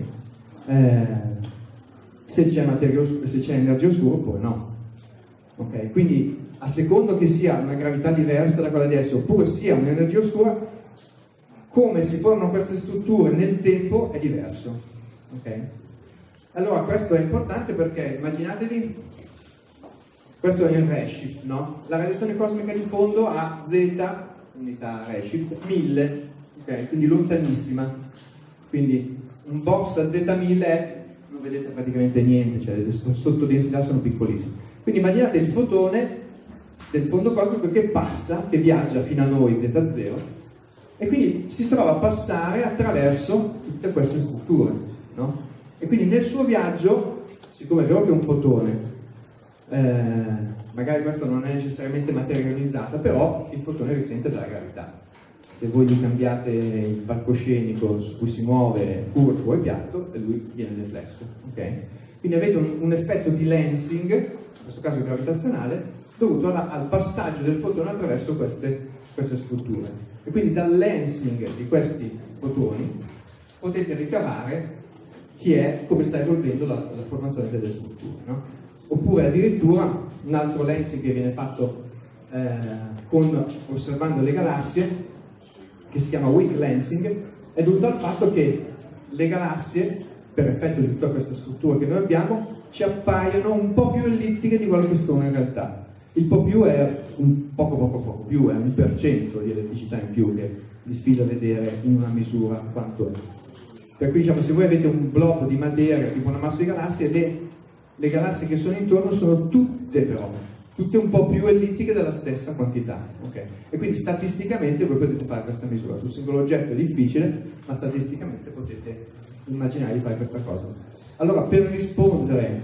Se c'è energia oscura oppure no, ok? Quindi a secondo che sia una gravità diversa da quella di adesso oppure sia un'energia oscura, come si formano queste strutture nel tempo è diverso, ok? Allora questo è importante perché immaginatevi, questo è il redshift, no? La radiazione cosmica di fondo ha z, unità redshift, 1000, ok? Quindi lontanissima. Quindi un box a z1000 non vedete praticamente niente, cioè le sottodensità sono piccolissime. Quindi immaginate il fotone del fondo cosmico che passa, che viaggia fino a noi z0 e quindi si trova a passare attraverso tutte queste strutture, no? E quindi nel suo viaggio, siccome è vero che è un fotone, magari questa non è necessariamente materia ionizzata, però il fotone risente della gravità. se voi gli cambiate il palcoscenico su cui si muove curvo e piatto, e lui viene deflesso. Okay? Quindi avete un effetto di lensing, in questo caso gravitazionale, dovuto al passaggio del fotone attraverso queste strutture. E quindi dal lensing di questi fotoni potete ricavare come sta evolvendo la formazione delle strutture. No? Oppure addirittura un altro lensing che viene fatto osservando le galassie, che si chiama weak lensing, è dovuto al fatto che le galassie, per effetto di tutta questa struttura che noi abbiamo, ci appaiono un po' più ellittiche di quello che sono in realtà. Il po' più è un poco più, è 1% di elettricità in più che vi sfido a vedere in una misura quanto è. Per cui diciamo, se voi avete un blocco di materia tipo una massa di galassie, le galassie che sono intorno sono tutte un po' più ellittiche della stessa quantità, okay? E quindi statisticamente voi potete fare questa misura. Sul singolo oggetto è difficile, ma statisticamente potete immaginare di fare questa cosa. Allora, per rispondere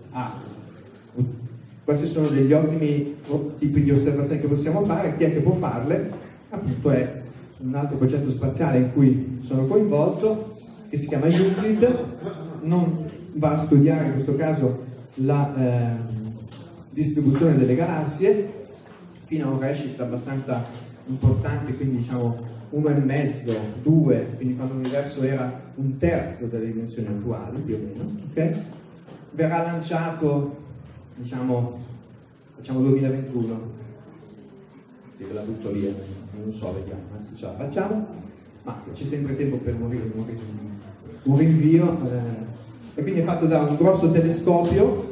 questi sono degli ottimi tipi di osservazioni che possiamo fare. Chi è che può farle? Appunto è un altro progetto spaziale in cui sono coinvolto, che si chiama Euclid. Non va a studiare in questo caso la distribuzione delle galassie fino a un redshift abbastanza importante, quindi diciamo 1,5, 2, quindi quando l'universo era 1/3 delle dimensioni attuali più o meno, okay? Verrà lanciato, diciamo, facciamo 2021, sì, ve la butto via, non so, vediamo se ce la facciamo, ma c'è sempre tempo per morire un rinvio, e quindi è fatto da un grosso telescopio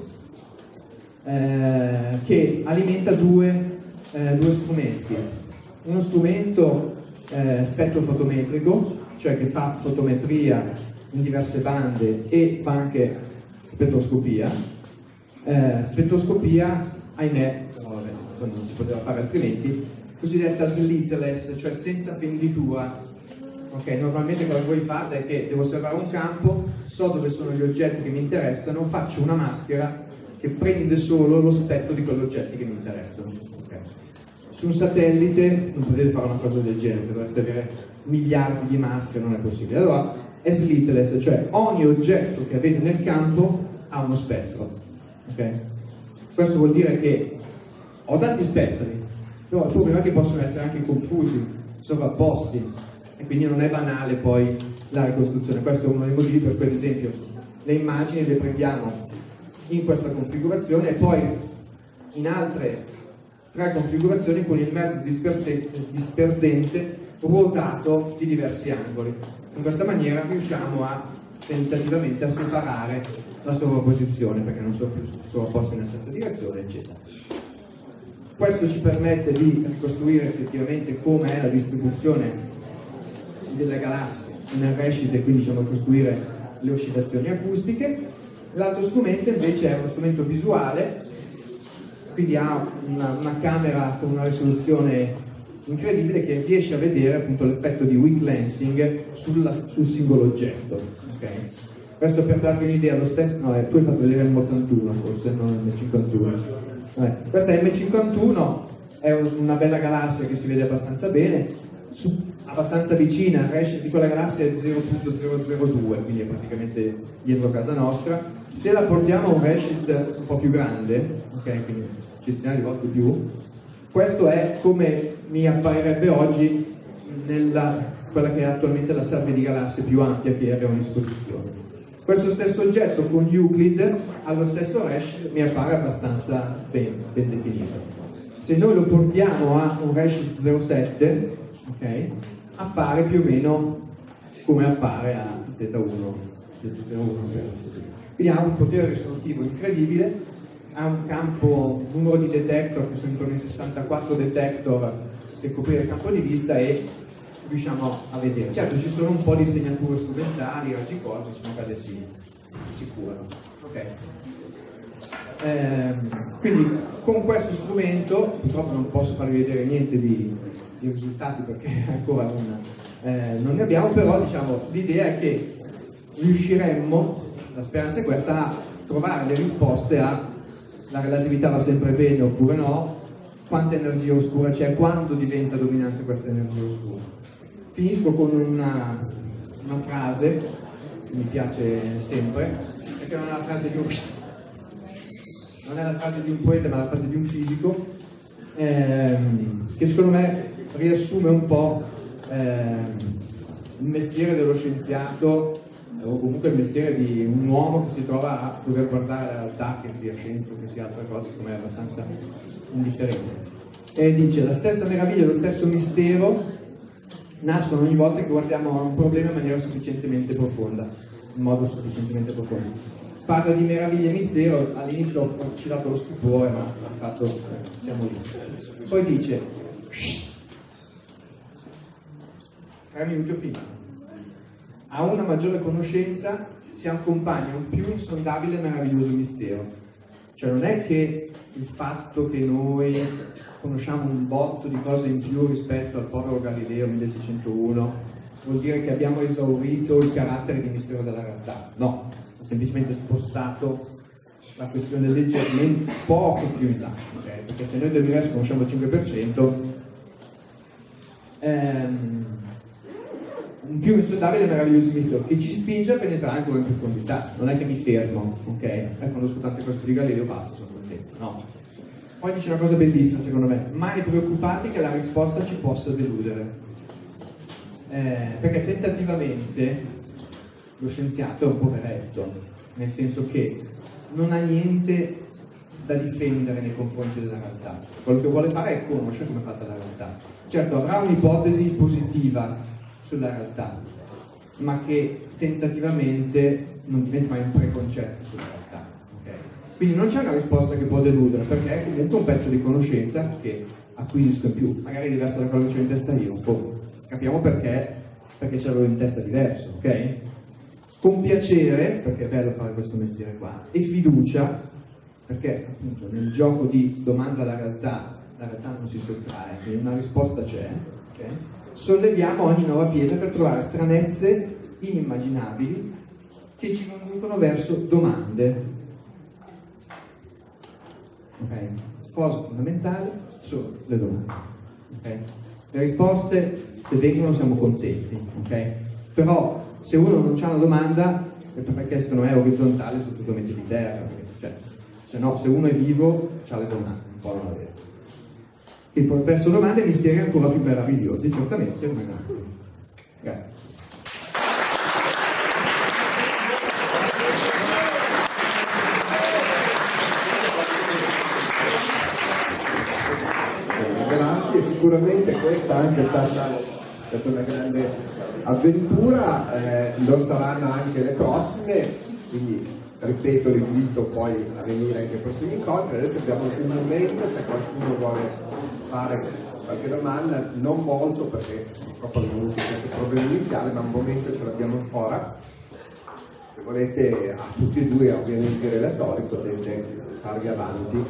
che alimenta due strumenti. Uno strumento spettrofotometrico, cioè che fa fotometria in diverse bande e fa anche spettroscopia. Spettroscopia, ahimè, non si poteva fare altrimenti, cosiddetta slitless, cioè senza fenditura. Okay, normalmente quello che voi fate è che devo osservare un campo, so dove sono gli oggetti che mi interessano, faccio una maschera che prende solo lo spettro di quegli oggetti che mi interessano. Okay. Su un satellite non potete fare una cosa del genere, dovreste avere miliardi di maschere, non è possibile. Allora è slitless, cioè ogni oggetto che avete nel campo ha uno spettro. Okay? Questo vuol dire che ho tanti spettri, però il problema è che possono essere anche confusi, sovrapposti, e quindi non è banale poi la ricostruzione. Questo è uno dei motivi per cui, ad esempio, le immagini le prendiamo in questa configurazione e poi in altre 3 configurazioni con il mezzo dispersente ruotato di diversi angoli. In questa maniera riusciamo tentativamente a separare la sovrapposizione, perché non sono più sovrapposti nella stessa direzione, eccetera. Questo ci permette di ricostruire effettivamente come è la distribuzione delle galassie nel redshift e quindi diciamo ricostruire le oscillazioni acustiche. L'altro strumento invece è uno strumento visuale, quindi ha una camera con una risoluzione incredibile che riesce a vedere appunto l'effetto di weak lensing sul singolo oggetto. Okay? Questo per darvi un'idea, lo stesso, no, tu hai fatto vedere M81 forse, non M51. Questa M51 è una bella galassia che si vede abbastanza bene, abbastanza vicina, il redshift di quella galassia è 0.002, quindi è praticamente dietro casa nostra. Se la portiamo a un redshift un po' più grande, ok, quindi centinaia di volte più, questo è come mi apparirebbe oggi quella che è attualmente la salve di galassie più ampia che abbiamo a disposizione. Questo stesso oggetto con Euclid allo stesso redshift mi appare abbastanza ben definito. Se noi lo portiamo a un redshift 0.7, okay, appare più o meno come appare a Z1, quindi ha un potere risolutivo incredibile, ha un numero di detector che sono intorno ai 64 detector per coprire il campo di vista e riusciamo a vedere. Certo, ci sono un po' di segnature strumentali, raggi cosmici, ma quelle si curano. Okay. Quindi con questo strumento, purtroppo non posso farvi vedere niente di risultati perché ancora non ne abbiamo, però diciamo l'idea è che riusciremmo, la speranza è questa, a trovare le risposte a la relatività va sempre bene oppure no, quanta energia oscura c'è, quando diventa dominante questa energia oscura. Finisco con una frase che mi piace sempre, perché non è la frase di un poeta, ma la frase di un fisico, che secondo me riassume un po' il mestiere dello scienziato, o comunque il mestiere di un uomo che si trova a dover guardare la realtà, che sia scienza o che sia altre cose, come è abbastanza indifferente. E dice: la stessa meraviglia e lo stesso mistero nascono ogni volta che guardiamo a un problema in maniera sufficientemente profonda, in modo sufficientemente profondo. Parla di meraviglia e mistero, all'inizio ho citato lo stupore, ma di fatto siamo lì. Poi dice: 3 minuti ho finito. A una maggiore conoscenza si accompagna un più insondabile e meraviglioso mistero. Cioè non è che il fatto che noi conosciamo un botto di cose in più rispetto al povero Galileo 1601 vuol dire che abbiamo esaurito il carattere di mistero della realtà. No, ha semplicemente spostato la questione leggermente poco più in là, okay? Perché se noi dell'universo conosciamo il 5%, un più insondabile e meraviglioso mistero che ci spinge a penetrare ancora in profondità. Non è che mi fermo, ok? Conosco tante cose di Galileo, basta, sono contento. No. Poi dice una cosa bellissima, secondo me: mai preoccupati che la risposta ci possa deludere. Perché tentativamente lo scienziato è un poveretto, nel senso che non ha niente da difendere nei confronti della realtà. Quello che vuole fare è conoscere come è fatta la realtà. Certo, avrà un'ipotesi positiva sulla realtà, ma che tentativamente non diventa mai un preconcetto sulla realtà. Okay? Quindi non c'è una risposta che può deludere, perché è comunque un pezzo di conoscenza che acquisisco in più. Magari è diversa da quello che c'ho in testa io, capiamo perché ce l'avevo in testa diverso, ok? Con piacere, perché è bello fare questo mestiere qua, e fiducia, perché appunto nel gioco di domanda alla realtà, la realtà non si sottrae, quindi una risposta c'è, ok? Solleviamo ogni nuova pietra per trovare stranezze inimmaginabili che ci conducono verso domande. Okay. Cosa fondamentale sono le domande. Okay. Le risposte, se vengono, siamo contenti, okay? Però se uno non ha una domanda è perché secondo me è orizzontale su tutto metri di terra, perché, cioè, se no, se uno è vivo c'ha le domande, un po' non avere. E poi verso domande e misteri ancora più meravigliosi, certamente come no. Grazie. Grazie, sicuramente questa è anche stata una grande avventura, lo saranno anche le prossime, quindi ripeto, l'invito poi a venire anche ai prossimi incontri. Adesso abbiamo un momento, se qualcuno vuole fare qualche domanda, non molto perché purtroppo abbiamo avuto questo problema iniziale, ma un momento ce l'abbiamo ancora. Se volete a tutti e due, ovviamente i relatori, potete farvi avanti.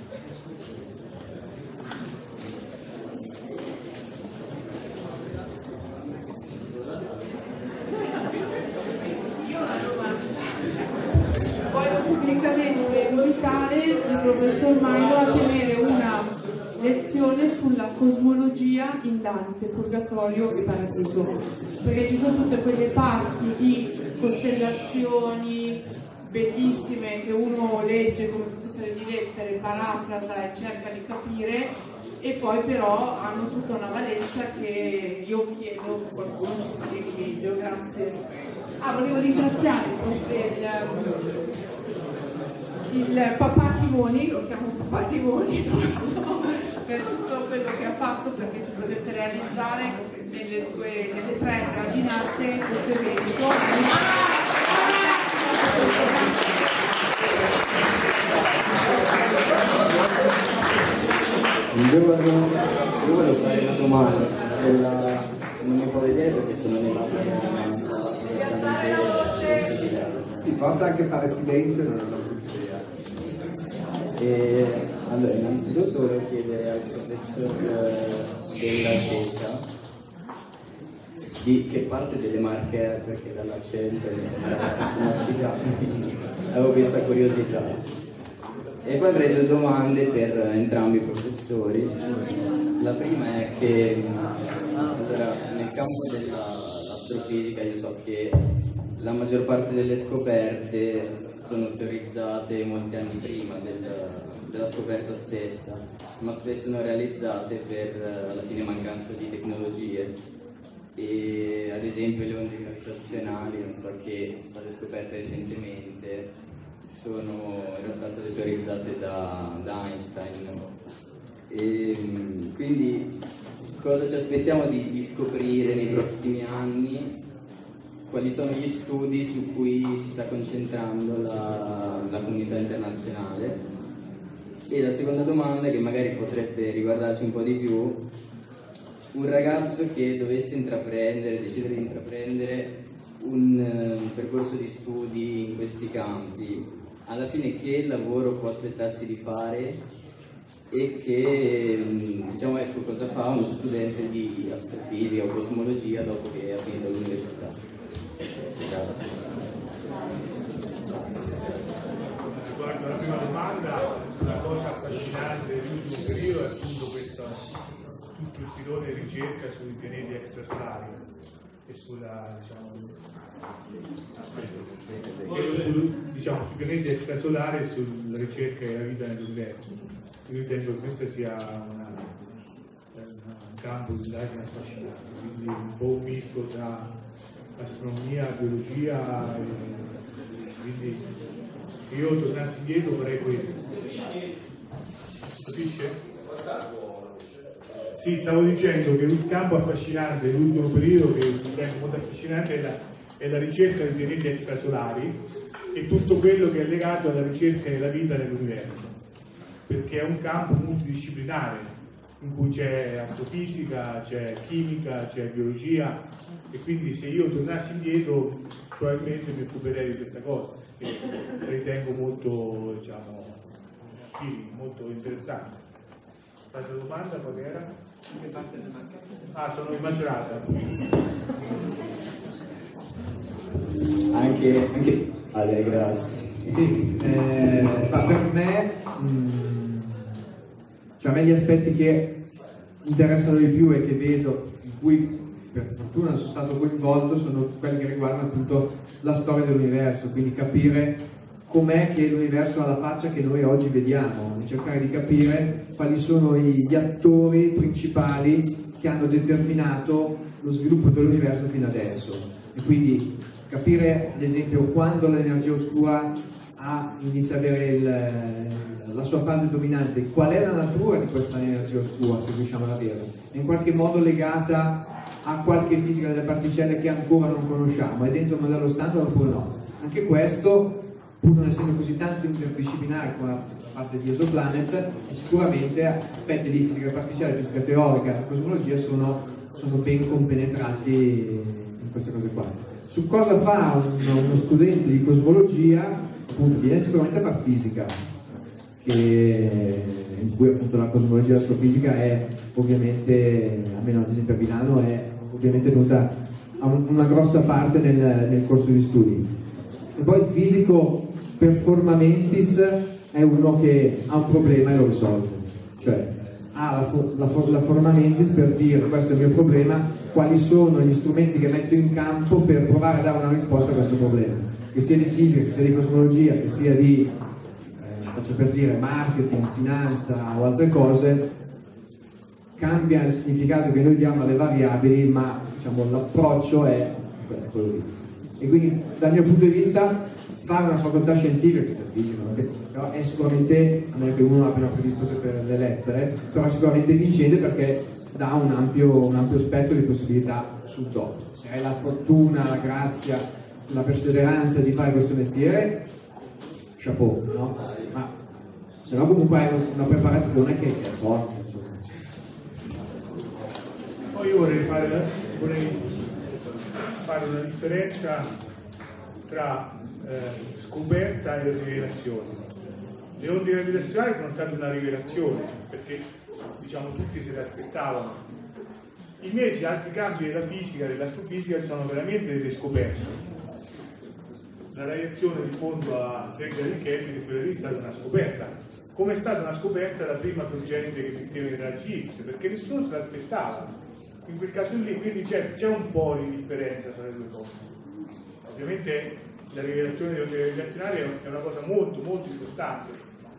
Voglio pubblicamente invitare il professor Mailo a tenere una lezione sulla cosmologia in Dante, Purgatorio e Paradiso, perché ci sono tutte quelle parti di costellazioni bellissime che uno legge come professore di lettere, parafrasa e cerca di capire, e poi però hanno tutta una valenza che io chiedo che qualcuno ci spieghi meglio. Grazie. Volevo ringraziare il papà Timoni, lo chiamo papà Timoni, per tutto quello che ha fatto perché si potesse realizzare nelle 3 gradinate questo evento. Io volevo fare una domanda, non mi può vedere perché sono nella Sì, forse anche fare silenzio non è una brutta idea. Allora, innanzitutto volevo chiedere al professor della CECA di che parte delle Marche è, perché dall'accento mi sembra una cigata, avevo questa curiosità. E poi avrei due domande per entrambi i professori. La prima è che allora, nel campo dell'astrofisica io so che la maggior parte delle scoperte sono teorizzate molti anni prima della scoperta stessa, ma spesso sono realizzate per alla fine mancanza di tecnologie. E ad esempio le onde gravitazionali, non so, che sono state scoperte recentemente, sono in realtà state teorizzate da Einstein. E quindi cosa ci aspettiamo di scoprire nei prossimi anni? Quali sono gli studi su cui si sta concentrando la comunità internazionale? E la seconda domanda, che magari potrebbe riguardarci un po' di più: un ragazzo che dovesse decidere di intraprendere un percorso di studi in questi campi, alla fine che lavoro può aspettarsi di fare e che, diciamo, ecco, cosa fa uno studente di astrofisica o cosmologia dopo che ha finito l'università? Grazie. Riguardo alla prima domanda, la cosa affascinante dell'ultimo periodo è appunto questo tutto il filone di ricerca sui pianeti extrasolari e sulla, sui pianeti extrasolari e sulla ricerca della vita nell'universo. Io ritengo che questo sia un campo di indagine affascinante, quindi un po' un misto tra astronomia, biologia, quindi io tornassi indietro farei questo. Capisce? Sì, stavo dicendo che un campo affascinante dell'ultimo periodo, che ritengo molto affascinante, è la ricerca dei pianeti extrasolari e tutto quello che è legato alla ricerca della vita nell'universo, perché è un campo multidisciplinare in cui c'è astrofisica, c'è chimica, c'è biologia, e quindi se io tornassi indietro probabilmente mi occuperei di questa cosa, che ritengo molto, molto interessante. L'altra domanda qual era? Sono in Macerata. Anche Ale, grazie. Sì, ma per me, a me gli aspetti che interessano di più e che vedo, in cui per fortuna sono stato coinvolto, sono quelli che riguardano appunto la storia dell'universo, quindi capire com'è che l'universo ha la faccia che noi oggi vediamo, e cercare di capire quali sono gli attori principali che hanno determinato lo sviluppo dell'universo fino adesso, e quindi capire ad esempio quando l'energia oscura inizia ad avere la sua fase dominante, qual è la natura di questa energia oscura, se riusciamo ad averla, è in qualche modo legata a qualche fisica delle particelle che ancora non conosciamo, è dentro il modello standard oppure no. Anche questo, pur non essendo così tanto interdisciplinare come la parte di Exoplanet, e sicuramente aspetti di fisica delle particelle, fisica teorica e cosmologia sono ben compenetranti in queste cose qua. Su cosa fa uno studente di cosmologia? Appunto, viene sicuramente a fare fisica, in cui appunto la cosmologia e l'astrofisica è ovviamente, almeno ad esempio a Milano, è ovviamente venuta a una grossa parte nel corso di studi. E poi il fisico performamentis è uno che ha un problema e lo risolve, cioè ha la formamentis per dire: questo è il mio problema, quali sono gli strumenti che metto in campo per provare a dare una risposta a questo problema, che sia di fisica, che sia di cosmologia, che sia di faccio per dire marketing, finanza o altre cose. Cambia il significato che noi diamo alle variabili, ma diciamo l'approccio è quello lì. E quindi dal mio punto di vista fare una facoltà scientifica, che però è sicuramente, a meno che uno abbia predisposto per le lettere, però è sicuramente vincente perché dà un ampio spettro di possibilità sul dopo. Se hai la fortuna, la grazia, la perseveranza di fare questo mestiere, chapeau, no? Ma se no comunque hai una preparazione che è forte, insomma. Poi io vorrei fare una differenza tra scoperta e rivelazione. Le onde gravitazionali sono state una rivelazione, perché diciamo tutti se le aspettavano. Invece altri campi della fisica, dell'astrofisica, sono veramente delle scoperte. la reazione di fondo a Edgar Richetti che quella lì è stata una scoperta. Come è stata una scoperta la prima sorgente che metteva i raggi X, perché nessuno se l'aspettava. In quel caso lì, quindi c'è un po' di differenza tra le due cose. Ovviamente la rivelazione delle onde gravitazionali è una cosa molto molto importante,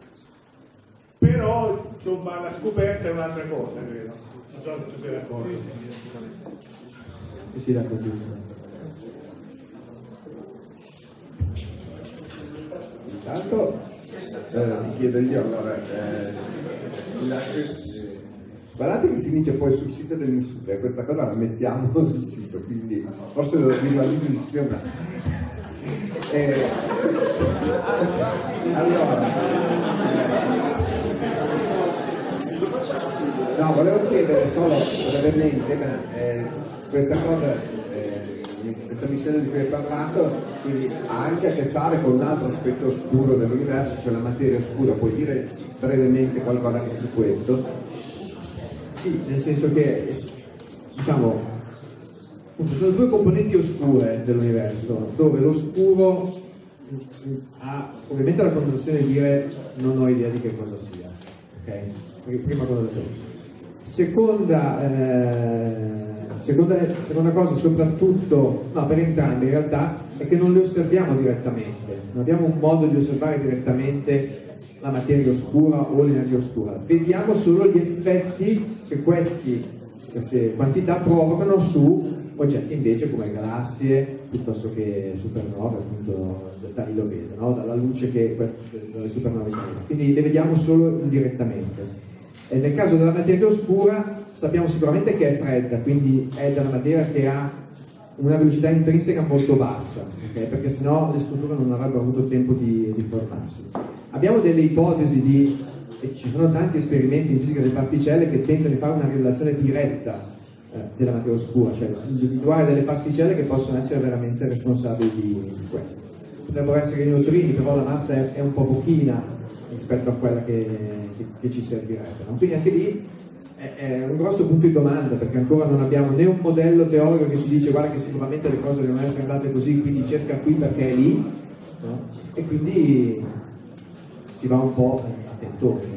però insomma la scoperta è un'altra cosa, credo. Non so se tu sei d'accordo. Sì, d'accordo. Intanto ti chiedo io allora, guardate che finisce poi sul sito dell'Insupre, questa cosa la mettiamo sul sito, quindi forse devo dirlo all'inizio, ma allora no, volevo chiedere solo brevemente, ma questa cosa, questa missione di cui hai parlato, quindi ha anche a che fare con l'altro aspetto oscuro dell'universo, cioè la materia oscura. Puoi dire brevemente qualcosa anche su questo? Sì, nel senso che, diciamo, appunto, sono due componenti oscure dell'universo, dove l'oscuro ha ovviamente la connotazione di dire non ho idea di che cosa sia, ok? Prima connotazione. Seconda cosa, soprattutto, no, per entrambi in realtà, è che non le osserviamo direttamente, non abbiamo un modo di osservare direttamente la materia oscura o l'energia oscura, vediamo solo gli effetti che queste quantità provocano su oggetti invece come galassie piuttosto che supernove, appunto da lì lo vedo, no? Dalla luce che le supernove generano, quindi le vediamo solo indirettamente. E nel caso della materia oscura sappiamo sicuramente che è fredda, quindi è della materia che ha una velocità intrinseca molto bassa, okay? Perché sennò le strutture non avrebbero avuto tempo di formarsi. Abbiamo delle ipotesi e ci sono tanti esperimenti in fisica delle particelle che tentano di fare una rivelazione diretta della materia oscura, cioè individuare delle particelle che possono essere veramente responsabili di questo. Potrebbero essere i neutrini, però la massa è un po' pochina rispetto a quella che ci servirebbe, no? Quindi anche lì è un grosso punto di domanda, perché ancora non abbiamo né un modello teorico che ci dice guarda che sicuramente le cose devono essere andate così, quindi cerca qui perché è lì, no? E quindi si va un po' a tentoni.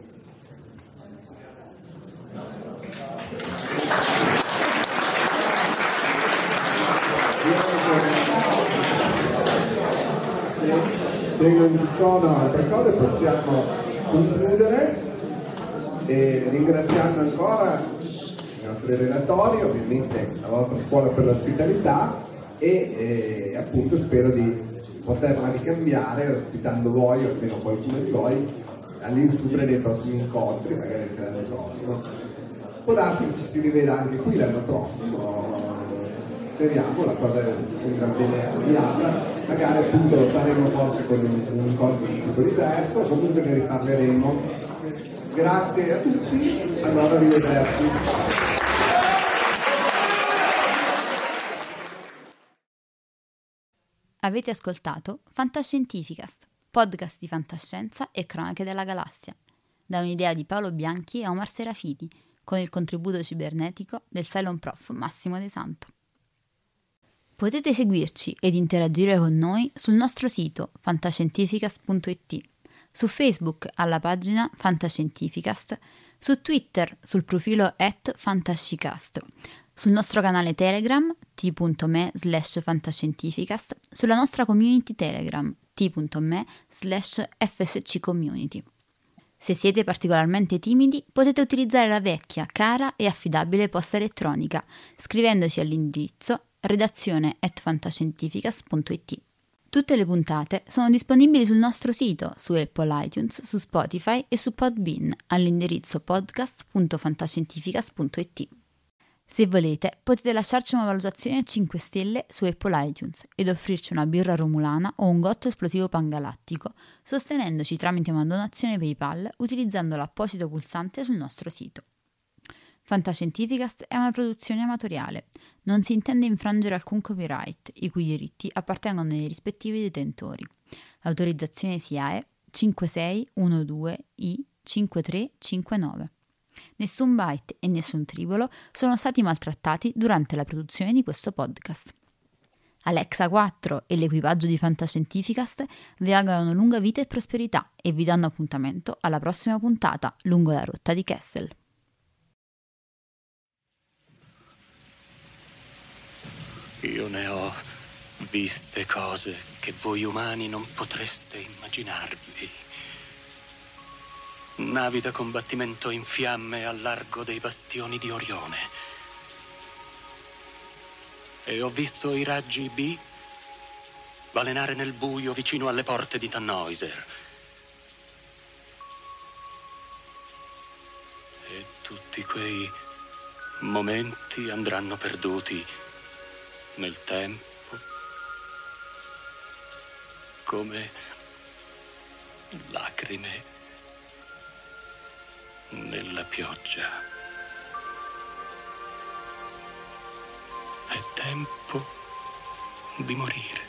Se non ci sono altre cose possiamo concludere ringraziando ancora i nostri relatori, ovviamente la vostra scuola per l'ospitalità e appunto spero di poterla ricambiare ospitando voi o almeno qualcuno di voi all'Insupre nei prossimi incontri, magari anche l'anno prossimo. Può darsi che ci si riveda anche qui l'anno prossimo, speriamo, la cosa sembra bene avviata. Magari appunto lo faremo forse con un incontro di tipo diverso, comunque ne riparleremo. Grazie a tutti, allora arrivederci. Avete ascoltato Fantascientificast, podcast di fantascienza e cronache della galassia, da un'idea di Paolo Bianchi e Omar Serafiti, con il contributo cibernetico del Cylon Prof Massimo De Santo. Potete seguirci ed interagire con noi sul nostro sito fantascientificast.it, su Facebook alla pagina Fantascientificast, su Twitter sul profilo @fantascicast, sul nostro canale Telegram t.me/fantascientificast, sulla nostra community Telegram t.me/fsccommunity. Se siete particolarmente timidi, potete utilizzare la vecchia, cara e affidabile posta elettronica, scrivendoci all'indirizzo redazione@fantascientificast.it. Tutte le puntate sono disponibili sul nostro sito, su Apple iTunes, su Spotify e su Podbean all'indirizzo podcast.fantascientificast.it. Se volete, potete lasciarci una valutazione a 5 stelle su Apple iTunes ed offrirci una birra romulana o un gotto esplosivo pangalattico, sostenendoci tramite una donazione PayPal utilizzando l'apposito pulsante sul nostro sito. Fantascientificast è una produzione amatoriale, non si intende infrangere alcun copyright, i cui diritti appartengono ai rispettivi detentori. L'autorizzazione SIAE 5612I5359. Nessun byte e nessun tribolo sono stati maltrattati durante la produzione di questo podcast. Alexa 4 e l'equipaggio di Fantascientificast vi augurano lunga vita e prosperità e vi danno appuntamento alla prossima puntata lungo la rotta di Kessel. Io ne ho viste cose che voi umani non potreste immaginarvi. Navi da combattimento in fiamme al largo dei bastioni di Orione. E ho visto i raggi B balenare nel buio vicino alle porte di Tannhäuser. E tutti quei momenti andranno perduti nel tempo come lacrime nella pioggia. È tempo di morire.